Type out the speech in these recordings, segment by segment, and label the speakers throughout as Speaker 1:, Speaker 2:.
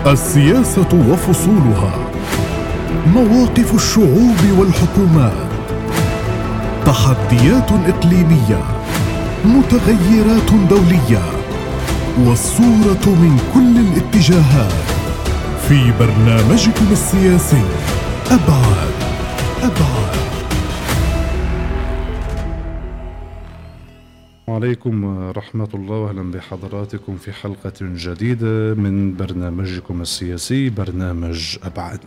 Speaker 1: السياسة وفصولها، مواقف الشعوب والحكومات، تحديات إقليمية، متغيرات دولية، والصورة من كل الاتجاهات في برنامجكم السياسي أبعاد.
Speaker 2: عليكم ورحمة الله، وأهلا بحضراتكم في حلقة جديدة من برنامجكم السياسي برنامج أبعاد.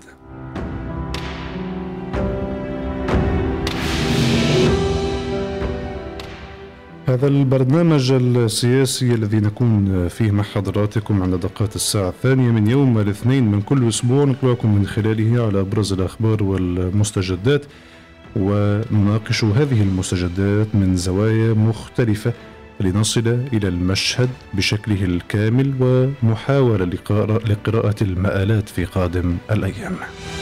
Speaker 2: هذا البرنامج السياسي الذي نكون فيه مع حضراتكم على دقات الساعة 2 من يوم الاثنين من كل أسبوع، نطلعكم من خلاله على أبرز الأخبار والمستجدات، ونناقش هذه المستجدات من زوايا مختلفة لنصل إلى المشهد بشكله الكامل، ومحاولة لقراءة المآلات في قادم الأيام.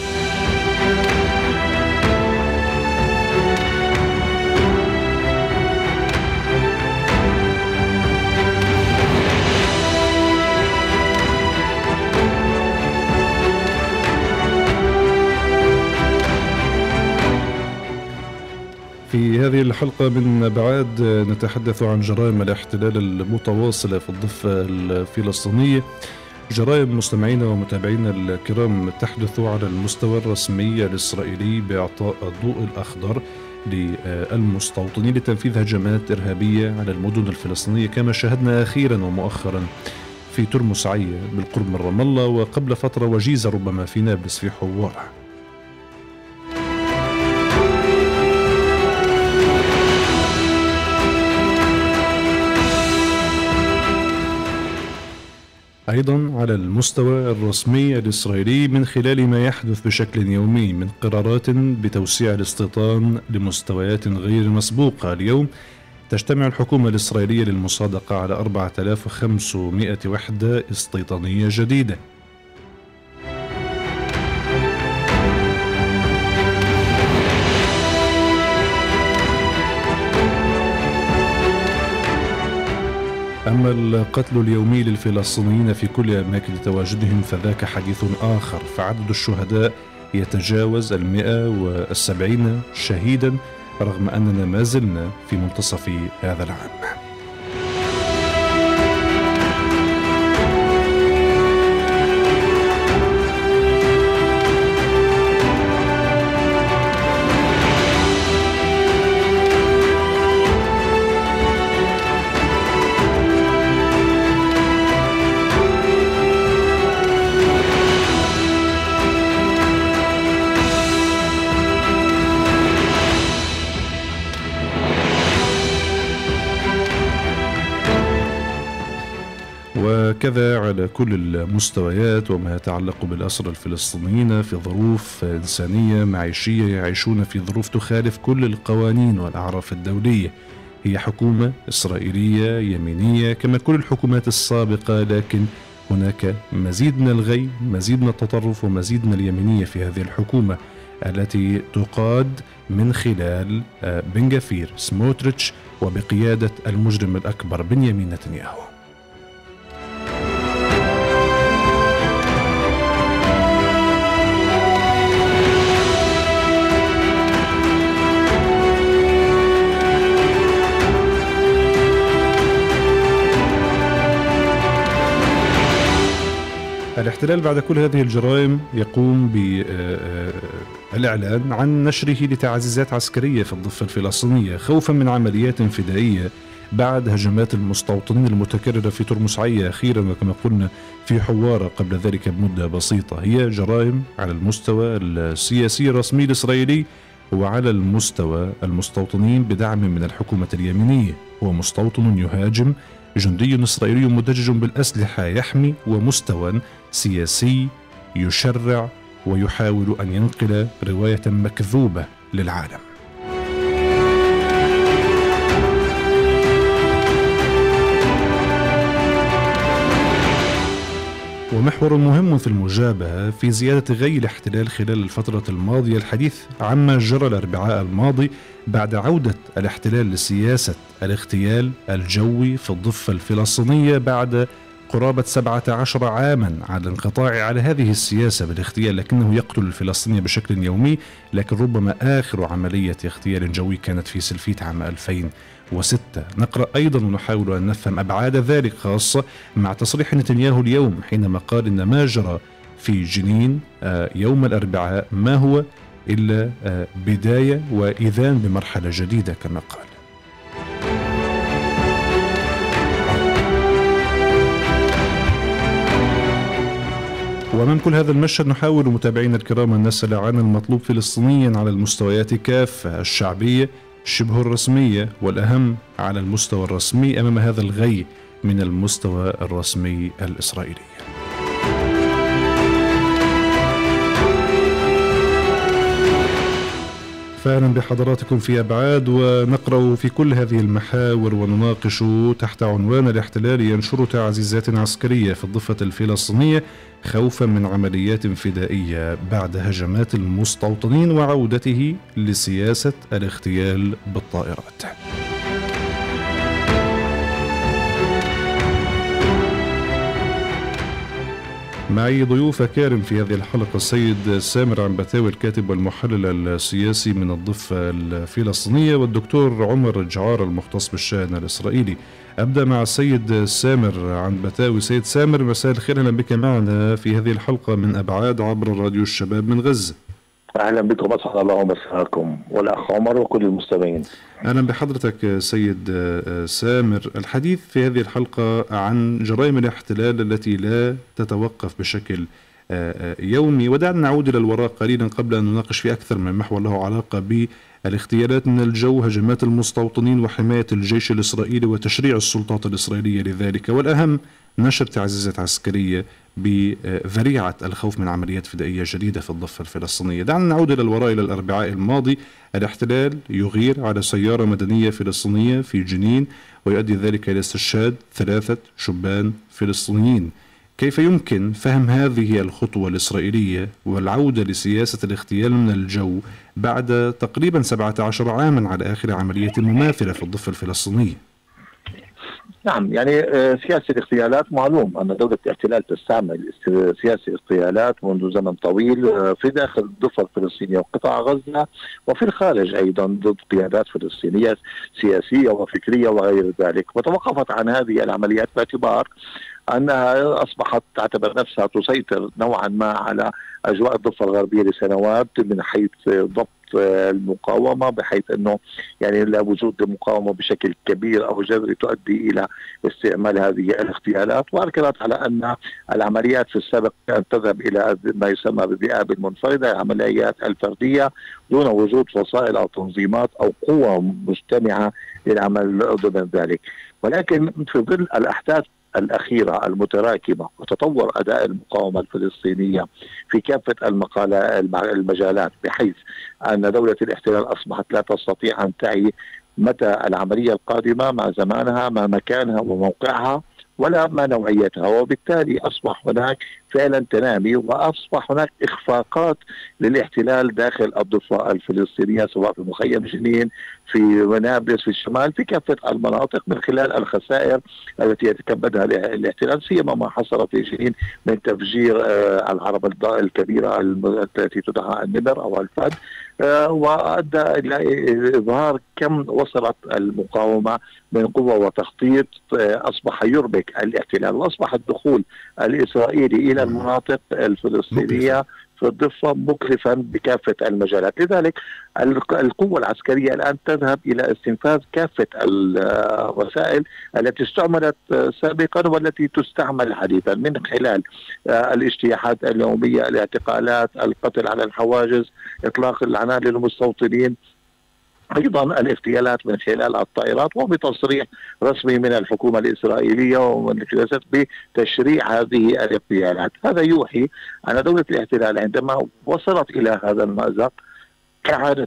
Speaker 2: في هذه الحلقة من أبعاد نتحدث عن جرائم الاحتلال المتواصلة في الضفة الفلسطينية، جرائم مستمعينا ومتابعينا الكرام تحدث على المستوى الرسمي الإسرائيلي بإعطاء الضوء الأخضر للمستوطنين لتنفيذ هجمات إرهابية على المدن الفلسطينية، كما شاهدنا أخيرا ومؤخرا في ترمس عية بالقرب من رام الله، وقبل فترة وجيزة ربما في نابلس في حوارة. أيضا على المستوى الرسمي الإسرائيلي من خلال ما يحدث بشكل يومي من قرارات بتوسيع الاستيطان لمستويات غير مسبوقة. اليوم تجتمع الحكومة الإسرائيلية للمصادقة على 4500 وحدة استيطانية جديدة. أما القتل اليومي للفلسطينيين في كل أماكن تواجدهم فذاك حديث آخر، فعدد الشهداء يتجاوز 170 شهيدا، رغم أننا ما زلنا في منتصف هذا العام. وكذا على كل المستويات وما يتعلق بالأسرى الفلسطينيين في ظروف إنسانية معيشية، يعيشون في ظروف تخالف كل القوانين والأعراف الدولية. هي حكومة إسرائيلية يمينية كما كل الحكومات السابقة، لكن هناك مزيد من الغي، مزيد من التطرف، ومزيد من اليمينية في هذه الحكومة التي تقاد من خلال بن غفير سموتريتش وبقيادة المجرم الأكبر بنيامين نتنياهو. الاحتلال بعد كل هذه الجرائم يقوم بالإعلان عن نشره لتعزيزات عسكرية في الضفة الفلسطينية خوفا من عمليات فدائية بعد هجمات المستوطنين المتكررة في ترمس عية أخيرا، وكما قلنا في حوارة قبل ذلك بمدة بسيطة. هي جرائم على المستوى السياسي الرسمي الإسرائيلي وعلى المستوى المستوطنين بدعم من الحكومة اليمينية. هو مستوطن يهاجم جندي إسرائيلي مدجج بالأسلحة يحمي، ومستوى سياسي يشرع ويحاول أن ينقل رواية مكذوبة للعالم. ومحور مهم في المجابهة في زيادة غي الاحتلال خلال الفترة الماضية الحديث عما جرى الأربعاء الماضي بعد عودة الاحتلال لسياسة الاغتيال الجوي في الضفة الفلسطينية بعد قرابة 17 عاما على الانقطاع على هذه السياسة بالاغتيال، لكنه يقتل الفلسطينيين بشكل يومي. لكن ربما آخر عملية اغتيال جوي كانت في سلفيت عام 2006. نقرأ أيضا ونحاول أن نفهم أبعاد ذلك، خاصة مع تصريح نتنياهو اليوم حينما قال إن ما جرى في جنين يوم الأربعاء ما هو إلا بداية وإذان بمرحلة جديدة كما قال. وأمام كل هذا المشهد نحاول متابعينا الكرام أن نسأل عن المطلوب فلسطينيا على المستويات كافة، الشعبية، شبه الرسمية، والأهم على المستوى الرسمي أمام هذا الغي من المستوى الرسمي الإسرائيلي. فأهلا بحضراتكم في أبعاد، ونقرأ في كل هذه المحاور ونناقش تحت عنوان الاحتلال ينشر تعزيزات عسكرية في الضفة الفلسطينية خوفا من عمليات فدائية بعد هجمات المستوطنين وعودته لسياسة الاغتيال بالطائرات. معي ضيوف كارم في هذه الحلقة، السيد سامر عنبتاوي الكاتب والمحلل السياسي من الضفة الفلسطينية، والدكتور عمر جعار المختص بالشأن الإسرائيلي. أبدأ مع السيد سامر عنبتاوي. سيد سامر، مساء الخير، أهلا بك معنا في هذه الحلقة من أبعاد عبر راديو الشباب من غزة.
Speaker 3: أهلا بكم، أسعد الله مساءكم والأخ عمر وكل المستمعين.
Speaker 2: أهلا بحضرتك سيد سامر. الحديث في هذه الحلقة عن جرائم الاحتلال التي لا تتوقف بشكل يومي، ودعنا نعود إلى الوراء قليلا قبل أن نناقش في أكثر من محور له علاقة بالاغتيالات من الجو، هجمات المستوطنين، وحماية الجيش الإسرائيلي وتشريع السلطات الإسرائيلية لذلك، والأهم نشر تعزيزات عسكرية بذريعة الخوف من عمليات فدائية جديدة في الضفة الفلسطينية. دعنا نعود إلى الوراء إلى الأربعاء الماضي. الاحتلال يغير على سيارة مدنية فلسطينية في جنين ويؤدي ذلك إلى استشهاد 3 شبان فلسطينيين. كيف يمكن فهم هذه الخطوة الإسرائيلية والعودة لسياسة الاغتيال من الجو بعد تقريبا 17 عاما على آخر عملية مماثلة في الضفة الفلسطينية؟
Speaker 3: نعم، يعني سياسة الاغتيالات معلوم أن دولة الاحتلال تستعمل سياسة اغتيالات منذ زمن طويل في داخل الضفة الفلسطينية وقطاع غزة وفي الخارج أيضا ضد قيادات فلسطينية سياسية وفكرية وغير ذلك. وتوقفت عن هذه العمليات باعتبار أنها أصبحت تعتبر نفسها تسيطر نوعا ما على أجواء الضفة الغربية لسنوات من حيث ضبط المقاومة، بحيث أنه يعني لا وجود مقاومة بشكل كبير أو جذري تؤدي إلى استعمال هذه الاغتيالات. وأكدت على أن العمليات في السابق كانت تذهب إلى ما يسمى بالذئاب المنفردة، العمليات الفردية دون وجود فصائل أو تنظيمات أو قوة مجتمعة للعمل ضمن ذلك. ولكن في ظل الأحداث الأخيرة المتراكمة وتطور أداء المقاومة الفلسطينية في كافة المجالات، بحيث أن دولة الاحتلال أصبحت لا تستطيع أن تعي متى العملية القادمة، ما زمانها، ما مكانها وموقعها، ولا ما نوعيتها. وبالتالي أصبح هناك فعلا تنامي، وأصبح هناك إخفاقات للاحتلال داخل الضفة الفلسطينية، سواء في مخيم جنين، في نابلس، في الشمال، في كافة المناطق، من خلال الخسائر التي يتكبدها الاحتلال، سيما ما حصل في جنين من تفجير العربة الكبيرة التي تدعى النمر أو الفد، وأدى إلى إظهار كم وصلت المقاومة من قوة وتخطيط. أصبح يربك الاحتلال، وأصبح الدخول الإسرائيلي إلى المناطق الفلسطينية في الضفة مكلفا بكافة المجالات. لذلك القوة العسكرية الآن تذهب إلى استنفاذ كافة الوسائل التي استعملت سابقا والتي تستعمل حديثا، من خلال الاجتياحات اليومية، الاعتقالات، القتل على الحواجز، إطلاق العنان للمستوطنين، أيضا الاغتيالات من خلال الطائرات، وبتصريح رسمي من الحكومة الإسرائيلية ومن الكنيست بتشريع هذه الاغتيالات. هذا يوحي أن دولة الاحتلال عندما وصلت إلى هذا المأزق كعادتها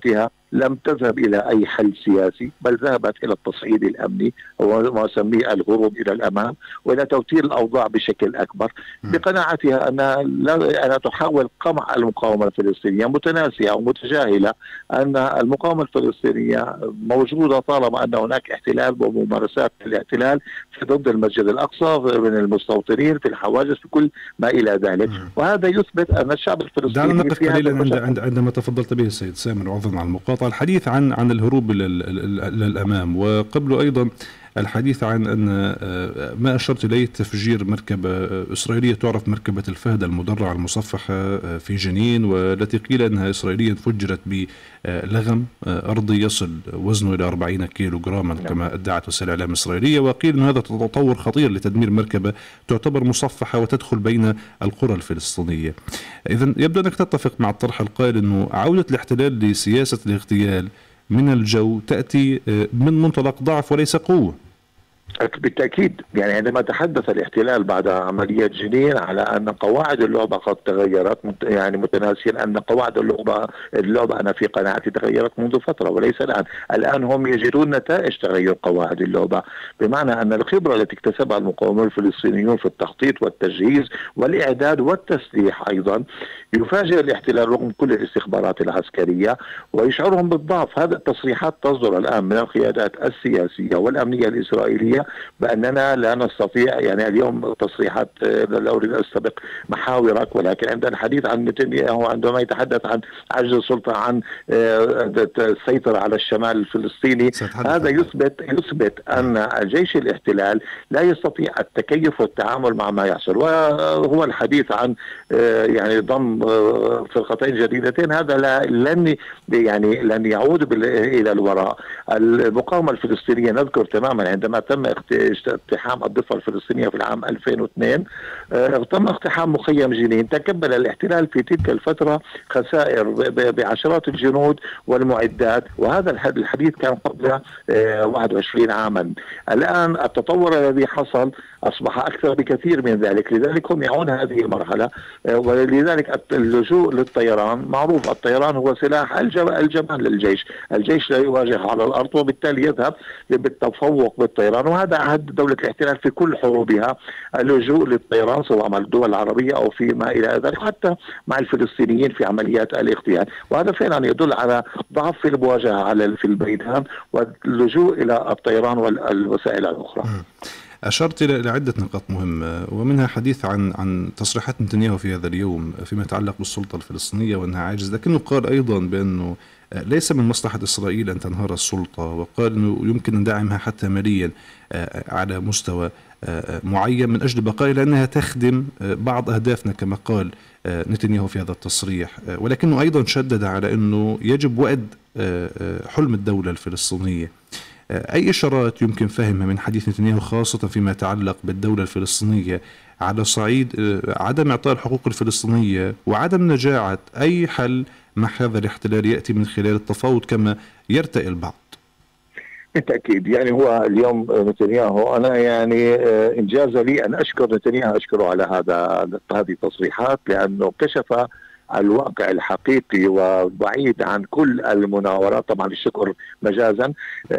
Speaker 3: لم تذهب إلى أي حل سياسي، بل ذهبت إلى التصعيد الأمني وما سميه الهروب إلى الأمام وإلى توتير الأوضاع بشكل أكبر، بقناعتها أنها تحاول قمع المقاومة الفلسطينية، متناسية أو متجاهلة أن المقاومة الفلسطينية موجودة طالما أن هناك احتلال وممارسات الاحتلال ضد المسجد الأقصى من المستوطنين في الحواجز في كل ما إلى ذلك. وهذا يثبت أن الشعب الفلسطيني
Speaker 2: دعنا نقف قليلا عندما تفضلت به السيد سامر، عذرا على المقاطعة، الحديث عن الهروب للأمام، وقبله أيضا الحديث عن أن ما أشرت إليه تفجير مركبة إسرائيلية تعرف مركبة الفهد المدرعة المصفحة في جنين، والتي قيل أنها إسرائيليا فجرت بلغم أرضي يصل وزنه إلى 40 كيلو جراما كما ادعت وسائل الإعلام الإسرائيلية، وقيل أن هذا تطور خطير لتدمير مركبة تعتبر مصفحة وتدخل بين القرى الفلسطينية. إذن يبدو أنك تتفق مع الطرح القائل أنه عودة الاحتلال لسياسة الاغتيال من الجو تأتي من منطلق ضعف وليس قوة.
Speaker 3: بالتأكيد، يعني عندما تحدث الاحتلال بعد عملية جنين على أن قواعد اللعبة قد تغيرت، يعني متناسيا أن قواعد اللعبة أنا في قناعتي تغيرت منذ فترة وليس الآن هم يجدون نتائج تغير قواعد اللعبة، بمعنى أن الخبرة التي اكتسبها المقاومون الفلسطينيون في التخطيط والتجهيز والإعداد والتسليح أيضا يفاجئ الاحتلال رغم كل الاستخبارات العسكرية ويشعرهم بالضعف. هذا التصريحات تصدر الآن من القيادات السياسية والأمنية الإسرائيلية بأننا لا نستطيع، يعني اليوم تصريحات لا أريد أستبق محاورك، ولكن عندنا الحديث عن نتنياهو عندما يتحدث عن عجز السلطة عن السيطرة على الشمال الفلسطيني، هذا يثبت أن الجيش الاحتلال لا يستطيع التكيف والتعامل مع ما يحصل. وهو الحديث عن يعني ضم فرقتين جديدتين، هذا لن يعود إلى الوراء. المقاومة الفلسطينية نذكر تماما عندما تم اقتحام الضفة الفلسطينية في العام 2002 تم اقتحام مخيم جنين، تكبل الاحتلال في تلك الفترة خسائر بعشرات الجنود والمعدات، وهذا الحديث كان قبل 21 عاما. الآن التطور الذي حصل أصبح أكثر بكثير من ذلك، لذلك هم يعون هذه المرحلة، ولذلك اللجوء للطيران معروف، الطيران هو سلاح الجبان للجيش، الجيش لا يواجه على الأرض وبالتالي يذهب بالتفوق بالطيران، وهذا عهد دولة الاحتلال في كل حروبها، اللجوء للطيران سواء مع الدول العربية أو فيما إلى ذلك، حتى مع الفلسطينيين في عمليات الاغتيال، وهذا فعلا يدل على ضعف في المواجهة في الميدان واللجوء إلى الطيران والوسائل الأخرى.
Speaker 2: أشرت إلى عدة نقاط مهمة، ومنها حديث عن تصريحات نتنياهو في هذا اليوم فيما يتعلق بالسلطة الفلسطينية وأنها عاجز، لكنه قال أيضا بأنه ليس من مصلحة إسرائيل أن تنهار السلطة، وقال أنه يمكن أن دعمها حتى ماليا على مستوى معين من أجل بقائها لأنها تخدم بعض أهدافنا كما قال نتنياهو في هذا التصريح، ولكنه أيضا شدد على أنه يجب وأد حلم الدولة الفلسطينية. أي إشارات يمكن فهمها من حديث نتنياهو خاصة فيما يتعلق بالدولة الفلسطينية على صعيد عدم إعطاء الحقوق الفلسطينية وعدم نجاعة أي حل مع هذا الاحتلال يأتي من خلال التفاوض كما يرتئي البعض؟
Speaker 3: بالتأكيد، يعني هو اليوم نتنياهو أنا يعني إنجاز لي أن أشكر نتنياهو، أشكره على هذه التصريحات لأنه كشف الواقع الحقيقي وبعيد عن كل المناورات، طبعا الشكر مجازا،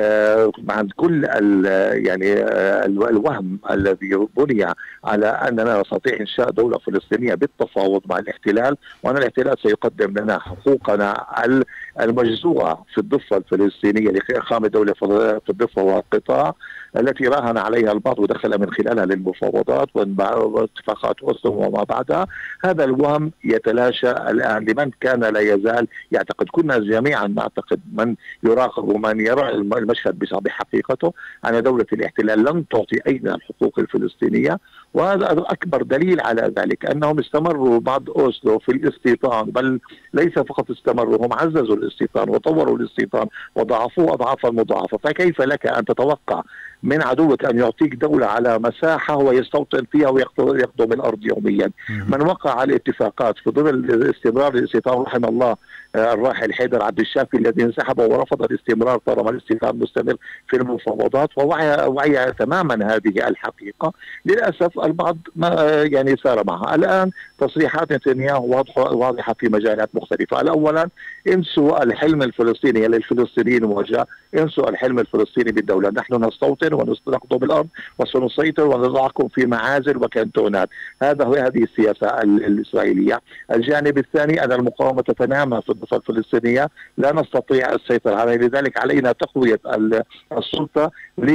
Speaker 3: عن كل يعني الوهم الذي بني على أننا نستطيع إنشاء دولة فلسطينية بالتفاوض مع الاحتلال، وأن الاحتلال سيقدم لنا حقوقنا المجزوعة في الضفة الفلسطينية لإقامة دولة في الضفة والقطاع التي راهن عليها البعض ودخل من خلالها للمفاوضات واتفاقات أوسلو وما بعدها. هذا الوهم يتلاشى الآن لمن كان لا يزال يعتقد، كنا جميعا نعتقد، من يراقب ومن يرى المشهد بحقيقته، أن دولة الاحتلال لن تعطي أي من الحقوق الفلسطينية، وهذا أكبر دليل على ذلك أنهم استمروا بعد أوسلو في الاستيطان، بل ليس فقط استمروا، هم عززوا الاستيطان وطوروا الاستيطان وضعفوه أضعافا مضاعفة. فكيف لك أن تتوقع من عدوك أن يعطيك دولة على مساحة ويستوطن فيها ويقدم الأرض يوميا؟ من وقع على الاتفاقات في ظل استمرار الاستيطان، رحم الله الراحل حيدر عبد الشافي الذي انسحب ورفض الاستمرار طالما الاستيطان مستمر في المفاوضات، ووعي تماما هذه الحقيقة. للأسف البعض يعني سار معها. الآن تصريحات نتنياهو واضحة في مجالات مختلفة. أولا انسوا انسوا الحلم الفلسطيني للفلسطينيين موجه، انسوا الحلم الفلسطيني بالدوله، نحن نستوطن ونستقطب الارض وسنسيطر ونضعكم في معازل وكانتونات. هذه السياسه الاسرائيليه. الجانب الثاني ان المقاومه تتنامى في الضفه الفلسطينيه، لا نستطيع السيطره عليها، لذلك علينا تقويه السلطه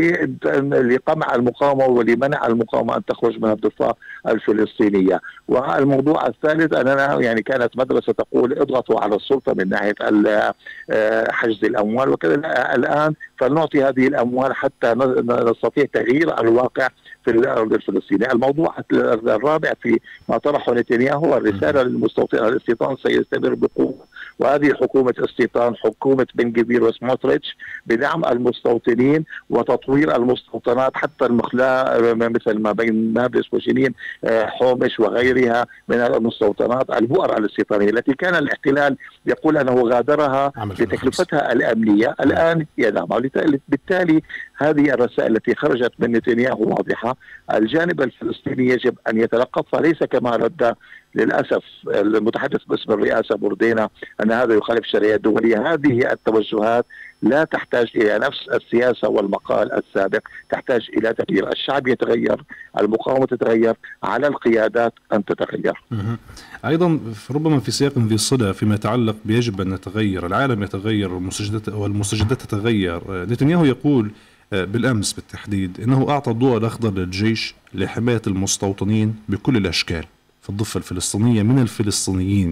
Speaker 3: لقمع المقاومه ولمنع المقاومه ان تخرج من الضفه الفلسطينيه. والموضوع الثالث اننا يعني كانت مدرسه تقول اضغطوا على السلطه من ناحيه حجز الاموال وكذا، الان فلنعطي هذه الاموال حتى نستطيع تغيير الواقع في الارض الفلسطينيه. الموضوع الرابع في ما طرحه نتنياهو هو الرساله للمستوطنين، الاستيطان سيستمر بقوه، وهذه حكومه استيطان، حكومه بن جفير وسموتريتش بدعم المستوطنين وتطوير المستوطنات حتى المخلاء مثل ما بين نابلس وجنين، حومش وغيرها من المستوطنات البؤر الاستيطانيه التي كان الاحتلال يقول انه غادرها بتكلفتها الامنيه، الان يدعمها. بالتالي هذه الرسائل التي خرجت من نتنياهو واضحه. الجانب الفلسطيني يجب ان يتلقفها، ليس كما رد للاسف المتحدث باسم الرئاسه بوردينا ان هذا يخالف الشريعه الدوليه. هذه التوجهات لا تحتاج الى نفس السياسه والمقال السابق، تحتاج الى تغيير. الشعب يتغير، المقاومه تتغير، على القيادات ان تتغير.
Speaker 2: ايضا ربما في سياق ذي الصله فيما يتعلق بيجب ان نتغير، العالم يتغير والمستجدات تتغير. نتنياهو يقول بالامس بالتحديد انه اعطى الضوء الاخضر للجيش لحمايه المستوطنين بكل الاشكال في الضفه الفلسطينيه من الفلسطينيين.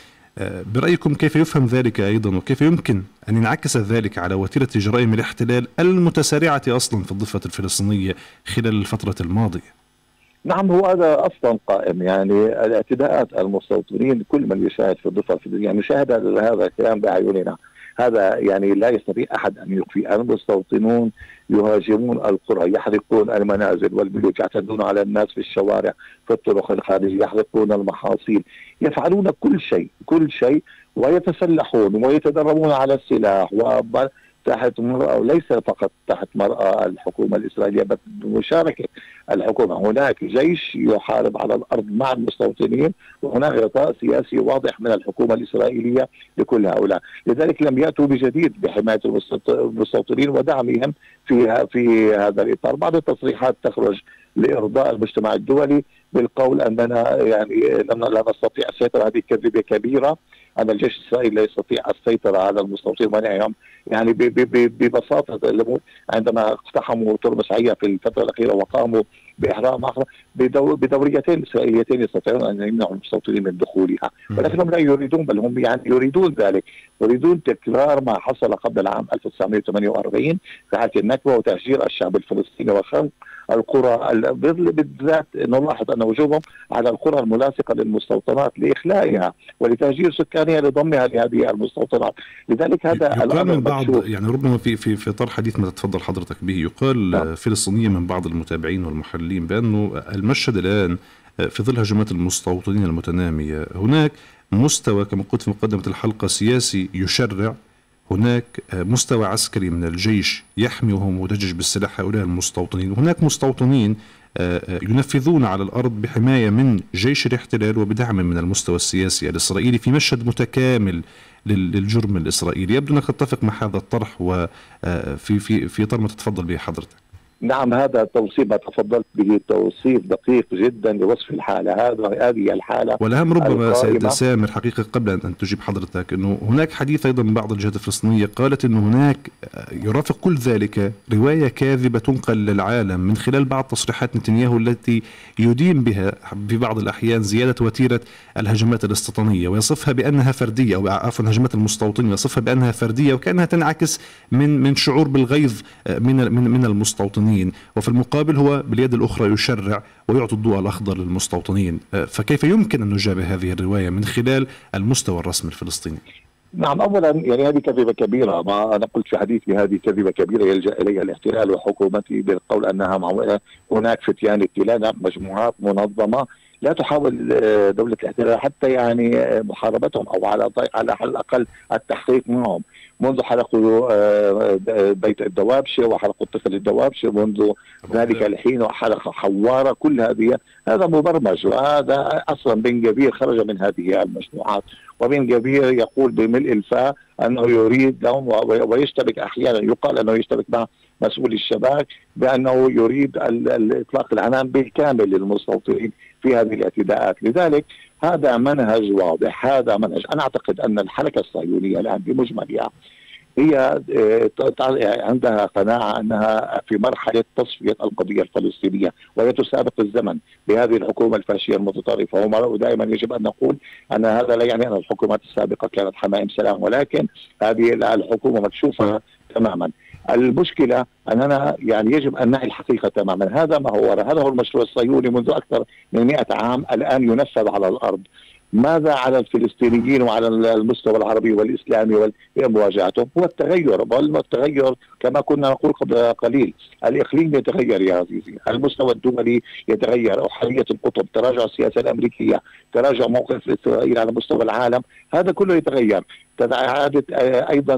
Speaker 2: برأيكم كيف يفهم ذلك أيضا، وكيف يمكن أن ينعكس ذلك على وتيرة جرائم الاحتلال المتسارعة أصلا في الضفة الفلسطينية خلال الفترة الماضية؟
Speaker 3: نعم، هو هذا أصلا قائم، يعني الاعتداءات المستوطنين كل من يشاهد في الضفة الفلسطينية يعني شاهد هذا الكلام بأعيننا. هذا يعني لا يستطيع أحد أن يخفي. المستوطنون يهاجمون القرى، يحرقون المنازل والبيوت، يعتدون على الناس في الشوارع في الطرق الخارجية، يحرقون المحاصيل، يفعلون كل شيء ويتسلحون ويتدربون على السلاح تحت مرأة، وليس فقط تحت مرأة الحكومة الإسرائيلية بل بمشاركة الحكومة. هناك جيش يحارب على الأرض مع المستوطنين، وهناك غطاء سياسي واضح من الحكومة الإسرائيلية لكل هؤلاء. لذلك لم يأتوا بجديد بحماية المستوطنين ودعمهم في هذا الإطار. بعض التصريحات تخرج لإرضاء المجتمع الدولي بالقول أننا يعني لا نستطيع السيطرة. هذه كذبة كبيرة، أن الجيش الإسرائيلي لا يستطيع السيطرة على المستوطنين ومنعهم. يعني ببساطة عندما اقتحموا ترمس عيا في الفترة الأخيرة وقاموا بإحراق بدوريتين إسرائيليتين يستطيعون أن يمنعوا المستوطنين من دخولها، ولكنهم لا يريدون، بل هم يعني يريدون ذلك، يريدون تكرار ما حصل قبل العام 1948 في حالة النكبة وتهجير الشعب الفلسطيني وخلق القرى، بالذات نلاحظ أن وجودهم على القرى الملاصقة للمستوطنات لإخلائها ولتهجير سكانها لضمها لهذه المستوطنات. لذلك هذا
Speaker 2: يقال من بعض، يعني ربما في إطار حديث ما تتفضل حضرتك به، يقال فلسطينيا من بعض المتابعين والمحللين بأنه المشهد الآن في ظل هجمات المستوطنين المتنامية هناك مستوى كما قلت في مقدمة الحلقة سياسي يشرع، هناك مستوى عسكري من الجيش يحمي وهو مدجج بالسلاح هؤلاء المستوطنين، وهناك مستوطنين ينفذون على الأرض بحماية من جيش الاحتلال وبدعم من المستوى السياسي الإسرائيلي في مشهد متكامل للجرم الإسرائيلي. يبدو أنك تتفق مع هذا الطرح وفي إطار ما تتفضل به حضرتك.
Speaker 3: نعم، هذا التوصيف ما تفضلت به توصيف دقيق جدا لوصف الحالة. هذه الحالة.
Speaker 2: والأهم ربما سيد سامر حقيقة قبل أن تجيب حضرتك أنه هناك حديث أيضا من بعض الجهات الفلسطينية قالت أنه هناك يرافق كل ذلك رواية كاذبة تنقل للعالم من خلال بعض تصريحات نتنياهو التي يدين بها في بعض الأحيان زيادة وتيرة الهجمات الاستيطانية ويصفها بأنها فردية، أو عفوا هجمات المستوطنين يصفها بأنها فردية وكأنها تنعكس من شعور بالغيظ من المستوطنين، وفي المقابل هو باليد الأخرى يشرع ويعطي الضوء الأخضر للمستوطنين. فكيف يمكن أن نجابه هذه الرواية من خلال المستوى الرسمي الفلسطيني؟
Speaker 3: نعم، أولا يعني هذه كذبة كبيرة، ما أنا قلت في حديثي هذه كذبة كبيرة يلجأ إليها الاحتلال وحكومته بالقول أنها هناك فتيان احتلال، مجموعات منظمة لا تحاول دولة الاحتلال حتى يعني محاربتهم أو على الأقل التحقيق معهم. منذ حرقوا بيت الدوابشة وحرقوا الطفل الدوابشة منذ ذلك الحين، وحرق حوارة، كل هذا مبرمج. وهذا أصلا بن جفير خرج من هذه المجموعات، وبن جفير يقول بملء الفاء أنه يريد لهم ويشتبك أحيانا، يقال أنه يشتبك مع مسؤول الشباك بأنه يريد الإطلاق العنان بالكامل للمستوطنين في هذه الاعتداءات. لذلك هذا منهج واضح، هذا منهج. أنا أعتقد أن الحركة الصهيونية الآن بمجملها هي عندها قناعة أنها في مرحلة تصفية القضية الفلسطينية، وهي تسابق الزمن بهذه الحكومة الفاشية المتطرفة. ودائما يجب أن نقول أن هذا لا يعني أن الحكومات السابقة كانت حمائم سلام، ولكن هذه الحكومة مكشوفة تماما. المشكلة أننا يعني يجب أن نعي الحقيقة تماما. هذا ما هو، هذا هو المشروع الصهيوني منذ أكثر من 100 عام الآن ينفذ على الأرض. ماذا على الفلسطينيين وعلى المستوى العربي والإسلامي ومواجهتهم؟ هو التغير، والتغير كما كنا نقول قبل قليل، الإقليم يتغير يا عزيزي، المستوى الدولي يتغير، أحادية القطب، تراجع السياسة الأمريكية، تراجع موقف إسرائيل على مستوى العالم، هذا كله يتغير. إعادة أيضا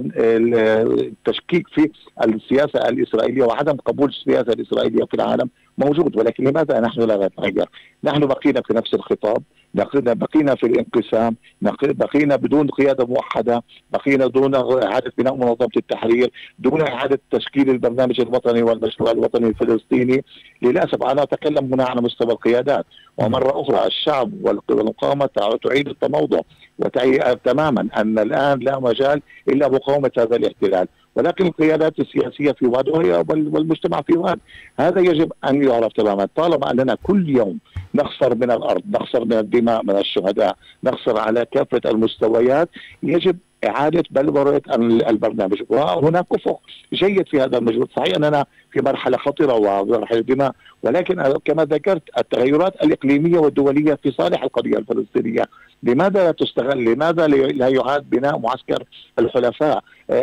Speaker 3: التشكيك في السياسة الإسرائيلية وعدم قبول السياسة الإسرائيلية في العالم موجود، ولكن لماذا نحن لا نتغير؟ نحن بقينا في نفس الخطاب، بقينا في الانقسام، بقينا بدون قيادة موحدة، بقينا دون إعادة بناء منظمة التحرير، دون إعادة تشكيل البرنامج الوطني والمشروع الوطني الفلسطيني. للأسف أنا أتكلم هنا على مستوى القيادات، ومرة أخرى الشعب والمقاومة تعيد التموضع وتعي تماما أن الآن لا مجال إلا مقاومة هذا الاحتلال، ولكن القيادات السياسية في واد والمجتمع في واد. هذا يجب أن يعرف تماما. طالما أننا كل يوم نخسر من الأرض، نخسر من الدماء، من الشهداء، نخسر على كافة المستويات، يجب إعادة بلورة البرنامج. وهناك أفق جيد في هذا المجهود. صحيح أننا في مرحلة خطرة ومرحلة دماء، ولكن كما ذكرت التغيرات الإقليمية والدولية في صالح القضية الفلسطينية. لماذا لا تستغل؟ لماذا لا يعاد بناء معسكر الحلفاء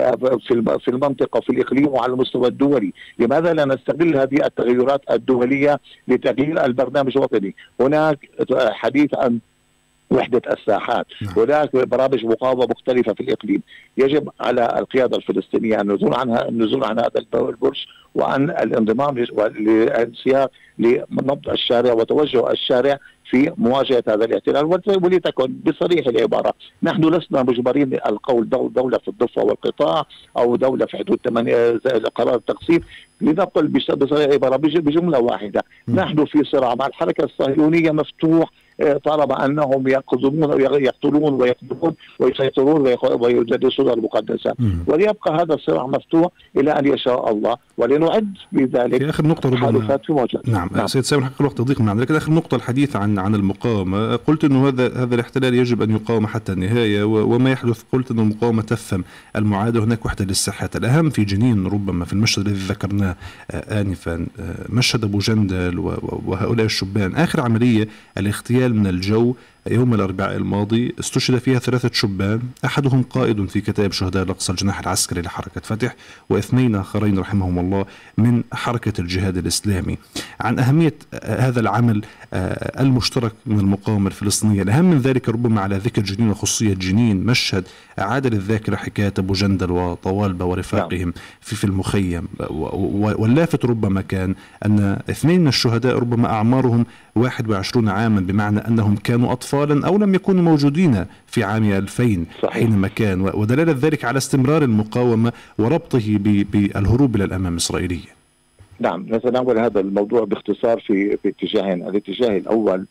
Speaker 3: في المنطقة وفي الإقليم وعلى المستوى الدولي؟ لماذا لا نستغل هذه التغيرات الدولية لتغيير البرنامج الوطني؟ هناك حديث عن وحدة الساحات، هناك برامج مقاومة مختلفة في الإقليم. يجب على القيادة الفلسطينية النزول عن هذا البرج، وأن الانضمام للانسياق لنبض الشارع وتوجه الشارع في مواجهة هذا الاحتلال. ولتكن بصريح العبارة، نحن لسنا مجبرين القول دولة في الضفة والقطاع أو دولة في حدود 8 قرار التقسيم. لنقل بصريح العبارة بجملة واحدة، نحن في صراع مع الحركة الصهيونية مفتوح طالما أنهم يقتلون ويقتلون ويسيطرون ويجدسون المقدسات، وليبقى هذا الصراع مفتوح إلى أن يشاء الله، ولنعد بذلك
Speaker 2: في آخر نقطة ربما. نعم سيد سامي، حق الوقت يضيق معنا، لكن آخر نقطة الحديث عن المقاومة. قلت أنه هذا الاحتلال يجب أن يقاوم حتى النهاية، وما يحدث قلت أن المقاومة تفهم المعادة. هناك وحدة للساحات. الأهم في جنين ربما في المشهد الذي ذكرناه آنفا، مشهد أبو جندل وهؤلاء الشبان. آخر عملية الاغتيال من الجو يوم الأربعاء الماضي استشهد فيها 3 شبان، أحدهم قائد في كتائب شهداء الأقصى الجناح العسكري لحركة فتح، و2 آخرين رحمهم الله من حركة الجهاد الإسلامي. عن أهمية هذا العمل المشترك من المقاومة الفلسطينية، الأهم من ذلك ربما على ذكر جنين وخصوصية جنين، مشهد أعاد للذاكرة حكاية أبو جندل وطوالبة ورفاقهم في المخيم. واللافت ربما كان أن 2 من الشهداء ربما أعمارهم 21 عاما، بمعنى أنهم كانوا أطفالا أو لم يكونوا موجودين في عام 2000 حينما كان، ودلالة ذلك على استمرار المقاومة وربطه بالهروب إلى الأمام الإسرائيلية.
Speaker 3: نعم، نتناول هذا الموضوع باختصار في اتجاهين. الاتجاه الأول،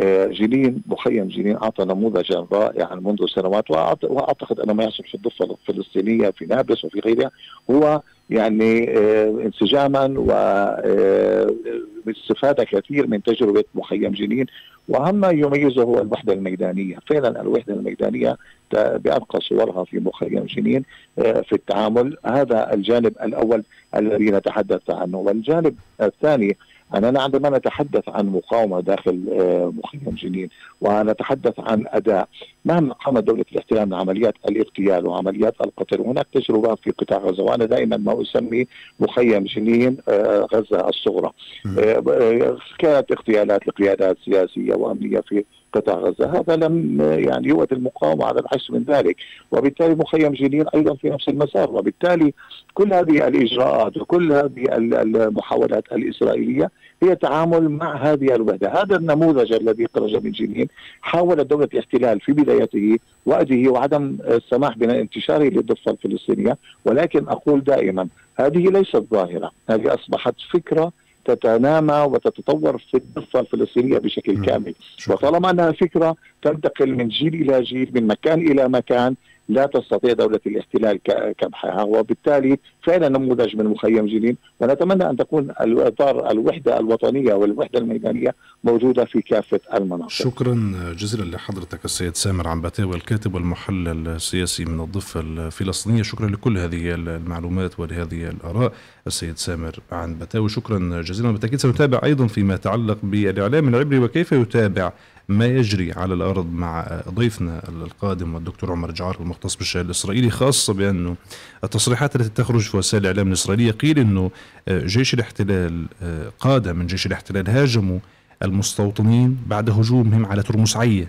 Speaker 3: جنين، مخيم جنين أعطى نموذجا رائعا منذ سنوات، وأعتقد أن ما يحصل في الضفة الفلسطينية في نابلس وفي غيرها هو يعني انسجاما واستفادة كثير من تجربة مخيم جنين. وأهم ما يميزه هو الوحدة الميدانية. فعلا الوحدة الميدانية بأبقى صورها في مخيم جنين في التعامل. هذا الجانب الأول الذي نتحدث عنه. والجانب الثاني أننا عندما نتحدث عن مقاومة داخل مخيم جنين ونتحدث عن أداء، مهما قامت دولة الاحتلال من عمليات الاغتيال وعمليات القتل، وهناك تجربة في قطاع غزة، وأنا دائما ما أسمي مخيم جنين غزة الصغرى. كانت اغتيالات لقيادات سياسية وأمنية في قطاع غزة، هذا لم يعني يؤتي المقاومة على العكس من ذلك، وبالتالي مخيم جنين أيضا في نفس المسار. وبالتالي كل هذه الإجراءات وكل هذه المحاولات الإسرائيلية هي التعامل مع هذه الوحدة. هذا النموذج الذي خرج من جنين حاولت دولة الاحتلال في بدايته وأده وعدم السماح بانتشاره للضفة الفلسطينية، ولكن أقول دائما هذه ليست ظاهرة، هذه أصبحت فكرة تتنامى وتتطور في الضفة الفلسطينية بشكل كامل. وطالما أنها فكرة تنتقل من جيل إلى جيل، من مكان إلى مكان، لا تستطيع دولة الاحتلال كبحها، وبالتالي فعلا نموذج من مخيم جنين. ونتمنى أن تكون الإطار الوحدة الوطنية والوحدة الميدانية موجودة في كافة المناطق.
Speaker 2: شكرا جزيلا لحضرتك السيد سامر عنبتاوي، الكاتب والمحلل السياسي من الضفة الفلسطينية. شكرا لكل هذه المعلومات ولهذه الآراء السيد سامر عنبتاوي، شكرا جزيلا. بالتأكيد سنتابع أيضا فيما يتعلق بالإعلام العبري وكيف يتابع ما يجري على الأرض مع ضيفنا القادم والدكتور عمر جعار المختص بالشأن الإسرائيلي، خاصة بأنه التصريحات التي تخرج في وسائل الإعلام الإسرائيلية قيل أنه جيش الاحتلال، قادة من جيش الاحتلال هاجموا المستوطنين بعد هجومهم على ترمس عية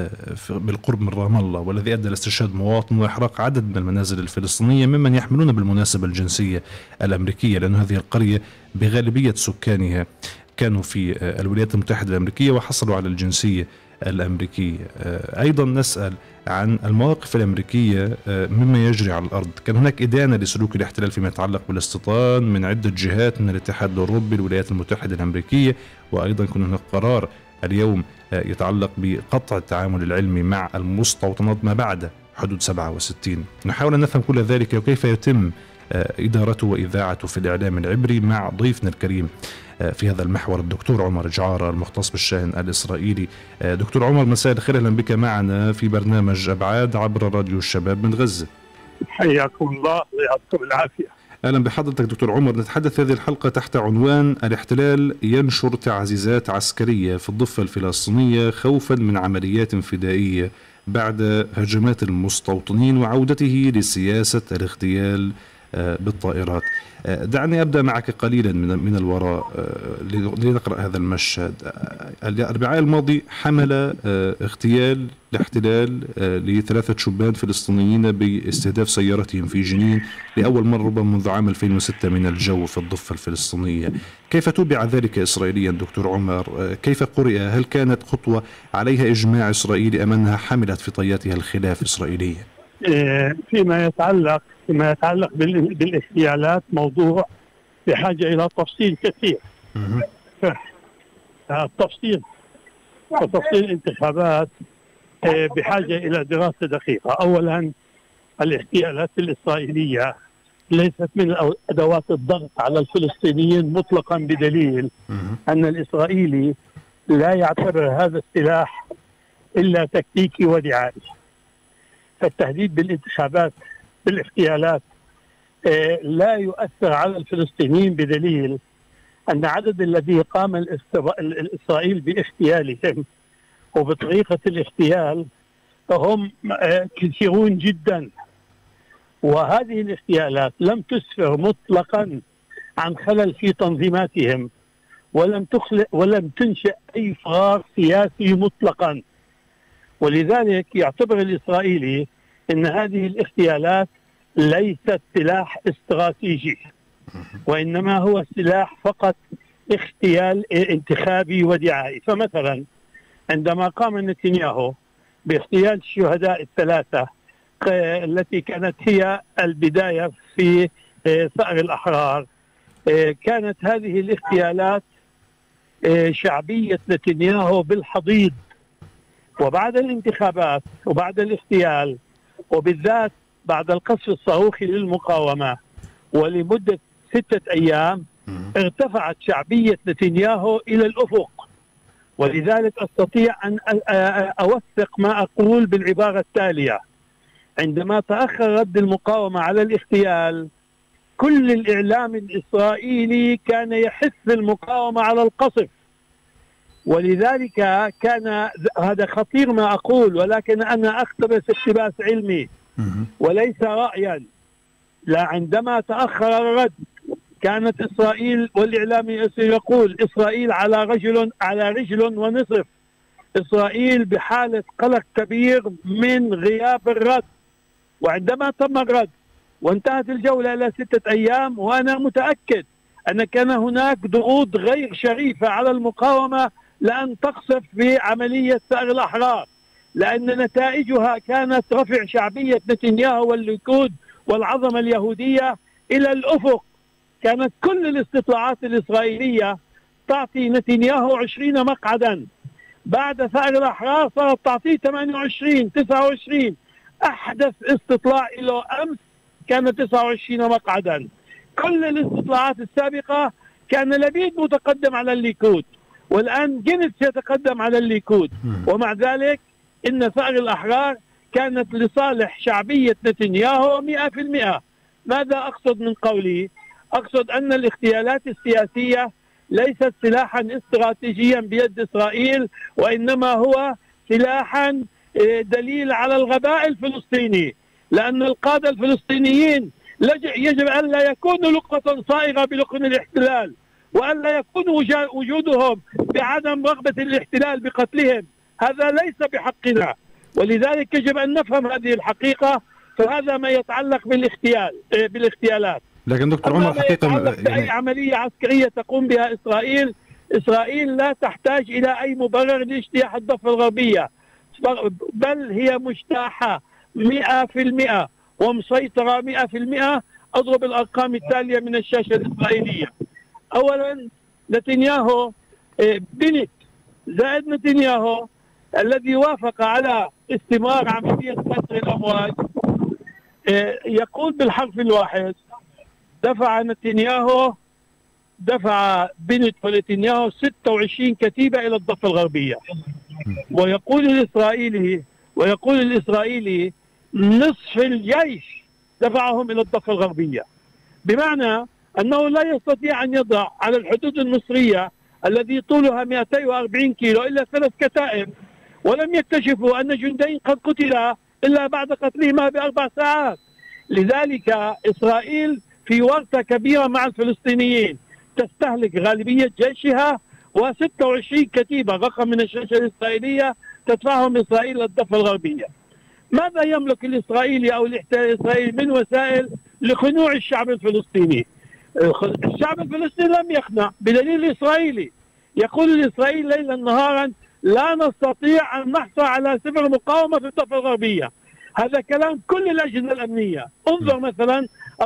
Speaker 2: بالقرب من رام الله، والذي أدى لاستشهاد مواطن وإحراق عدد من المنازل الفلسطينية ممن يحملون بالمناسبة الجنسية الأمريكية، لأن هذه القرية بغالبية سكانها كانوا في الولايات المتحدة الأمريكية وحصلوا على الجنسية الأمريكية. أيضا نسأل عن المواقف الأمريكية مما يجري على الأرض. كان هناك إدانة لسلوك الاحتلال فيما يتعلق بالاستيطان من عدة جهات، من الاتحاد الأوروبي، الولايات المتحدة الأمريكية، وأيضا كان هناك قرار اليوم يتعلق بقطع التعامل العلمي مع المستوطنات ما بعد حدود 67. نحاول أن نفهم كل ذلك وكيف يتم إدارته وإذاعته في الإعلام العبري مع ضيفنا الكريم في هذا المحور الدكتور عمر جعار المختص بالشأن الإسرائيلي. دكتور عمر، مساء الخير، أهلا بك معنا في برنامج أبعاد عبر راديو الشباب من غزة.
Speaker 4: حياكم الله ويعطيكم العافية.
Speaker 2: أهلا بحضرتك دكتور عمر. نتحدث هذه الحلقة تحت عنوان الاحتلال ينشر تعزيزات عسكرية في الضفة الفلسطينية خوفا من عمليات فدائية بعد هجمات المستوطنين وعودته لسياسة الاغتيال بالطائرات. دعني أبدأ معك قليلا من الوراء لنقرأ هذا المشهد. الأربعاء الماضي حمل اغتيال الاحتلال ل3 شبان فلسطينيين باستهداف سيارتهم في جنين لأول مرة ربما منذ عام 2006 من الجو في الضفة الفلسطينية. كيف تبع ذلك إسرائيليا دكتور عمر؟ كيف قرئ؟ هل كانت خطوة عليها إجماع إسرائيلي أم أنها حملت في طياتها الخلاف إسرائيلية؟
Speaker 4: فيما يتعلق بالاغتيالات موضوع بحاجة إلى تفصيل كثير. التفصيل وتفصيل الانتخابات بحاجة إلى دراسة دقيقة. أولا، الاغتيالات الإسرائيلية ليست من أدوات الضغط على الفلسطينيين مطلقا، بدليل أن الإسرائيلي لا يعتبر هذا السلاح إلا تكتيكي ودعائي. فالتهديد بالانتخابات بالاغتيالات لا يؤثر على الفلسطينيين، بدليل أن عدد الذي قام الإسرائيل باغتيالهم وبطريقة الاغتيال هم كثيرون جدا. وهذه الاغتيالات لم تسفر مطلقا عن خلل في تنظيماتهم، ولم تنشئ أي فراغ سياسي مطلقا. ولذلك يعتبر الإسرائيلي أن هذه الاغتيالات ليست سلاح استراتيجي، وإنما هو سلاح فقط اغتيال انتخابي ودعائي. فمثلا عندما قام نتنياهو باغتيال الشهداء ال3 التي كانت هي البداية في ثأر الأحرار، كانت هذه الاغتيالات شعبية نتنياهو بالحضيض. وبعد الانتخابات وبعد الاغتيال، وبالذات بعد القصف الصاروخي للمقاومة ولمدة 6 أيام، ارتفعت شعبية نتنياهو إلى الأفق. ولذلك أستطيع أن أوثق ما أقول بالعبارة التالية: عندما تأخر رد المقاومة على الاغتيال، كل الإعلام الإسرائيلي كان يحث المقاومة على القصف. ولذلك كان هذا خطير ما أقول، ولكن أنا أقتبس اقتباس علمي وليس رأيا. لا، عندما تأخر الرد كانت إسرائيل والإعلام يقول إسرائيل على رجل ونصف. إسرائيل بحالة قلق كبير من غياب الرد. وعندما تم الرد وانتهت الجولة إلى 6 أيام، وأنا متأكد أن كان هناك ضغوط غير شريفة على المقاومة لأن تقصف بعملية ثأر الأحرار، لأن نتائجها كانت رفع شعبية نتنياهو والليكود والعظمة اليهودية إلى الأفق. كانت كل الاستطلاعات الإسرائيلية تعطي نتنياهو 20 مقعدا، بعد ثأر الأحرار صارت تعطيه 28 29. أحدث استطلاع له أمس كان 29 مقعدا. كل الاستطلاعات السابقة كان لبيد متقدم على الليكود، والآن جنتس يتقدم على الليكود، ومع ذلك إن ثأر الأحرار كانت لصالح شعبية نتنياهو 100%. ماذا أقصد من قولي؟ أقصد أن الاغتيالات السياسية ليست سلاحا استراتيجيا بيد إسرائيل، وإنما هو سلاحا دليل على الغباء الفلسطيني، لأن القادة الفلسطينيين يجب أن لا يكونوا لقطة صائغة بلقن الاحتلال، وأن لا يكون وجودهم بعدم رغبة الاحتلال بقتلهم. هذا ليس بحقنا، ولذلك يجب أن نفهم هذه الحقيقة. فهذا ما يتعلق بالاغتيالات.
Speaker 2: لكن دكتور عمر حقيقة
Speaker 4: أي عملية عسكرية تقوم بها إسرائيل لا تحتاج إلى أي مبرر لاجتياح الضفة الغربية، بل هي مجتاحة 100% ومسيطرة 100%. أضرب الأرقام التالية من الشاشة الإسرائيلية. أولا، نتنياهو بنت زائد نتنياهو الذي وافق على استمرار عملية كسر الأمواج يقول بالحرف الواحد: دفع بنت ونتنياهو 26 كتيبة إلى الضفة الغربية. ويقول الإسرائيلي نصف الجيش دفعهم إلى الضفة الغربية، بمعنى أنه لا يستطيع أن يضع على الحدود المصرية الذي طولها 240 كيلو إلا 3 كتائب، ولم يكتشفوا أن جندين قد قتلا إلا بعد قتلهما ب4 ساعات. لذلك إسرائيل في ورطة كبيرة مع الفلسطينيين، تستهلك غالبية جيشها، و26 كتيبة رقم من الشاشة الإسرائيلية تدفعهم إسرائيل للضفة الغربية. ماذا يملك الإسرائيلي أو الاحتلال الإسرائيلي من وسائل لخنوع الشعب الفلسطيني؟ الشعب الفلسطيني لم يخنع، بدليل الإسرائيلي يقول الإسرائيلي ليلا نهارا: لا نستطيع أن نحصل على سفر مقاومة في الضفة الغربية. هذا كلام كل الأجهزة الأمنية. انظر مثلا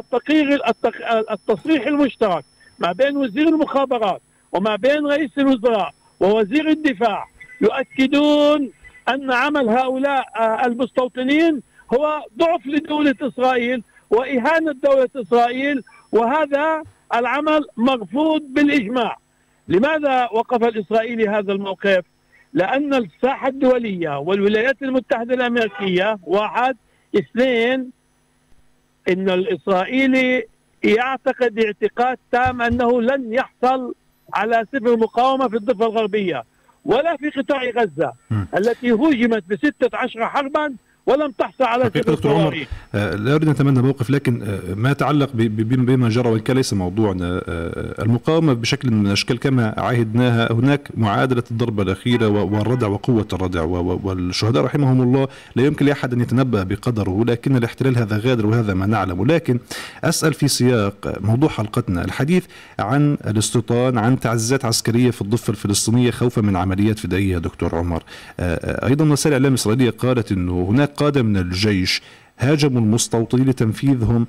Speaker 4: التصريح المشترك ما بين وزير المخابرات وما بين رئيس الوزراء ووزير الدفاع، يؤكدون أن عمل هؤلاء المستوطنين هو ضعف لدولة إسرائيل وإهانة دولة إسرائيل، وهذا العمل مرفوض بالإجماع. لماذا وقف الإسرائيلي هذا الموقف؟ لأن الساحة الدولية والولايات المتحدة الأمريكية 1 2 إن الإسرائيلي يعتقد اعتقاد تام أنه لن يحصل على سفر مقاومة في الضفة الغربية ولا في قطاع غزة التي هوجمت ب16 حربا ولم تحصل على
Speaker 2: دكتور عمر، لا أريد أن أتمنى موقف، لكن ما يتعلق بما جرى وإن كان ليس موضوعنا، المقاومة بشكل من الأشكال كما عاهدناها، هناك معادلة الضربة الأخيرة والردع وقوة الردع، والشهداء رحمهم الله لا يمكن لأحد أن يتنبأ بقدره، لكن الاحتلال هذا غادر وهذا ما نعلم. لكن أسأل في سياق موضوع حلقتنا الحديث عن الاستيطان، عن تعزيزات عسكرية في الضفة الفلسطينية خوفا من عمليات فدائية. دكتور عمر، أيضا وسائل الإعلام الإسرائيلية قالت أنه هناك قادة من الجيش هاجموا المستوطنين لتنفيذهم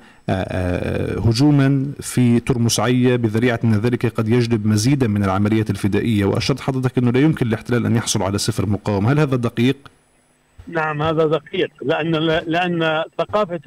Speaker 2: هجوما في ترمس عية بذريعة أن ذلك قد يجلب مزيدا من العمليات الفدائية، وأشرت حضرتك أنه لا يمكن للاحتلال أن يحصل على سفر مقاومة. هل هذا دقيق؟
Speaker 4: نعم هذا دقيق، لأن ثقافة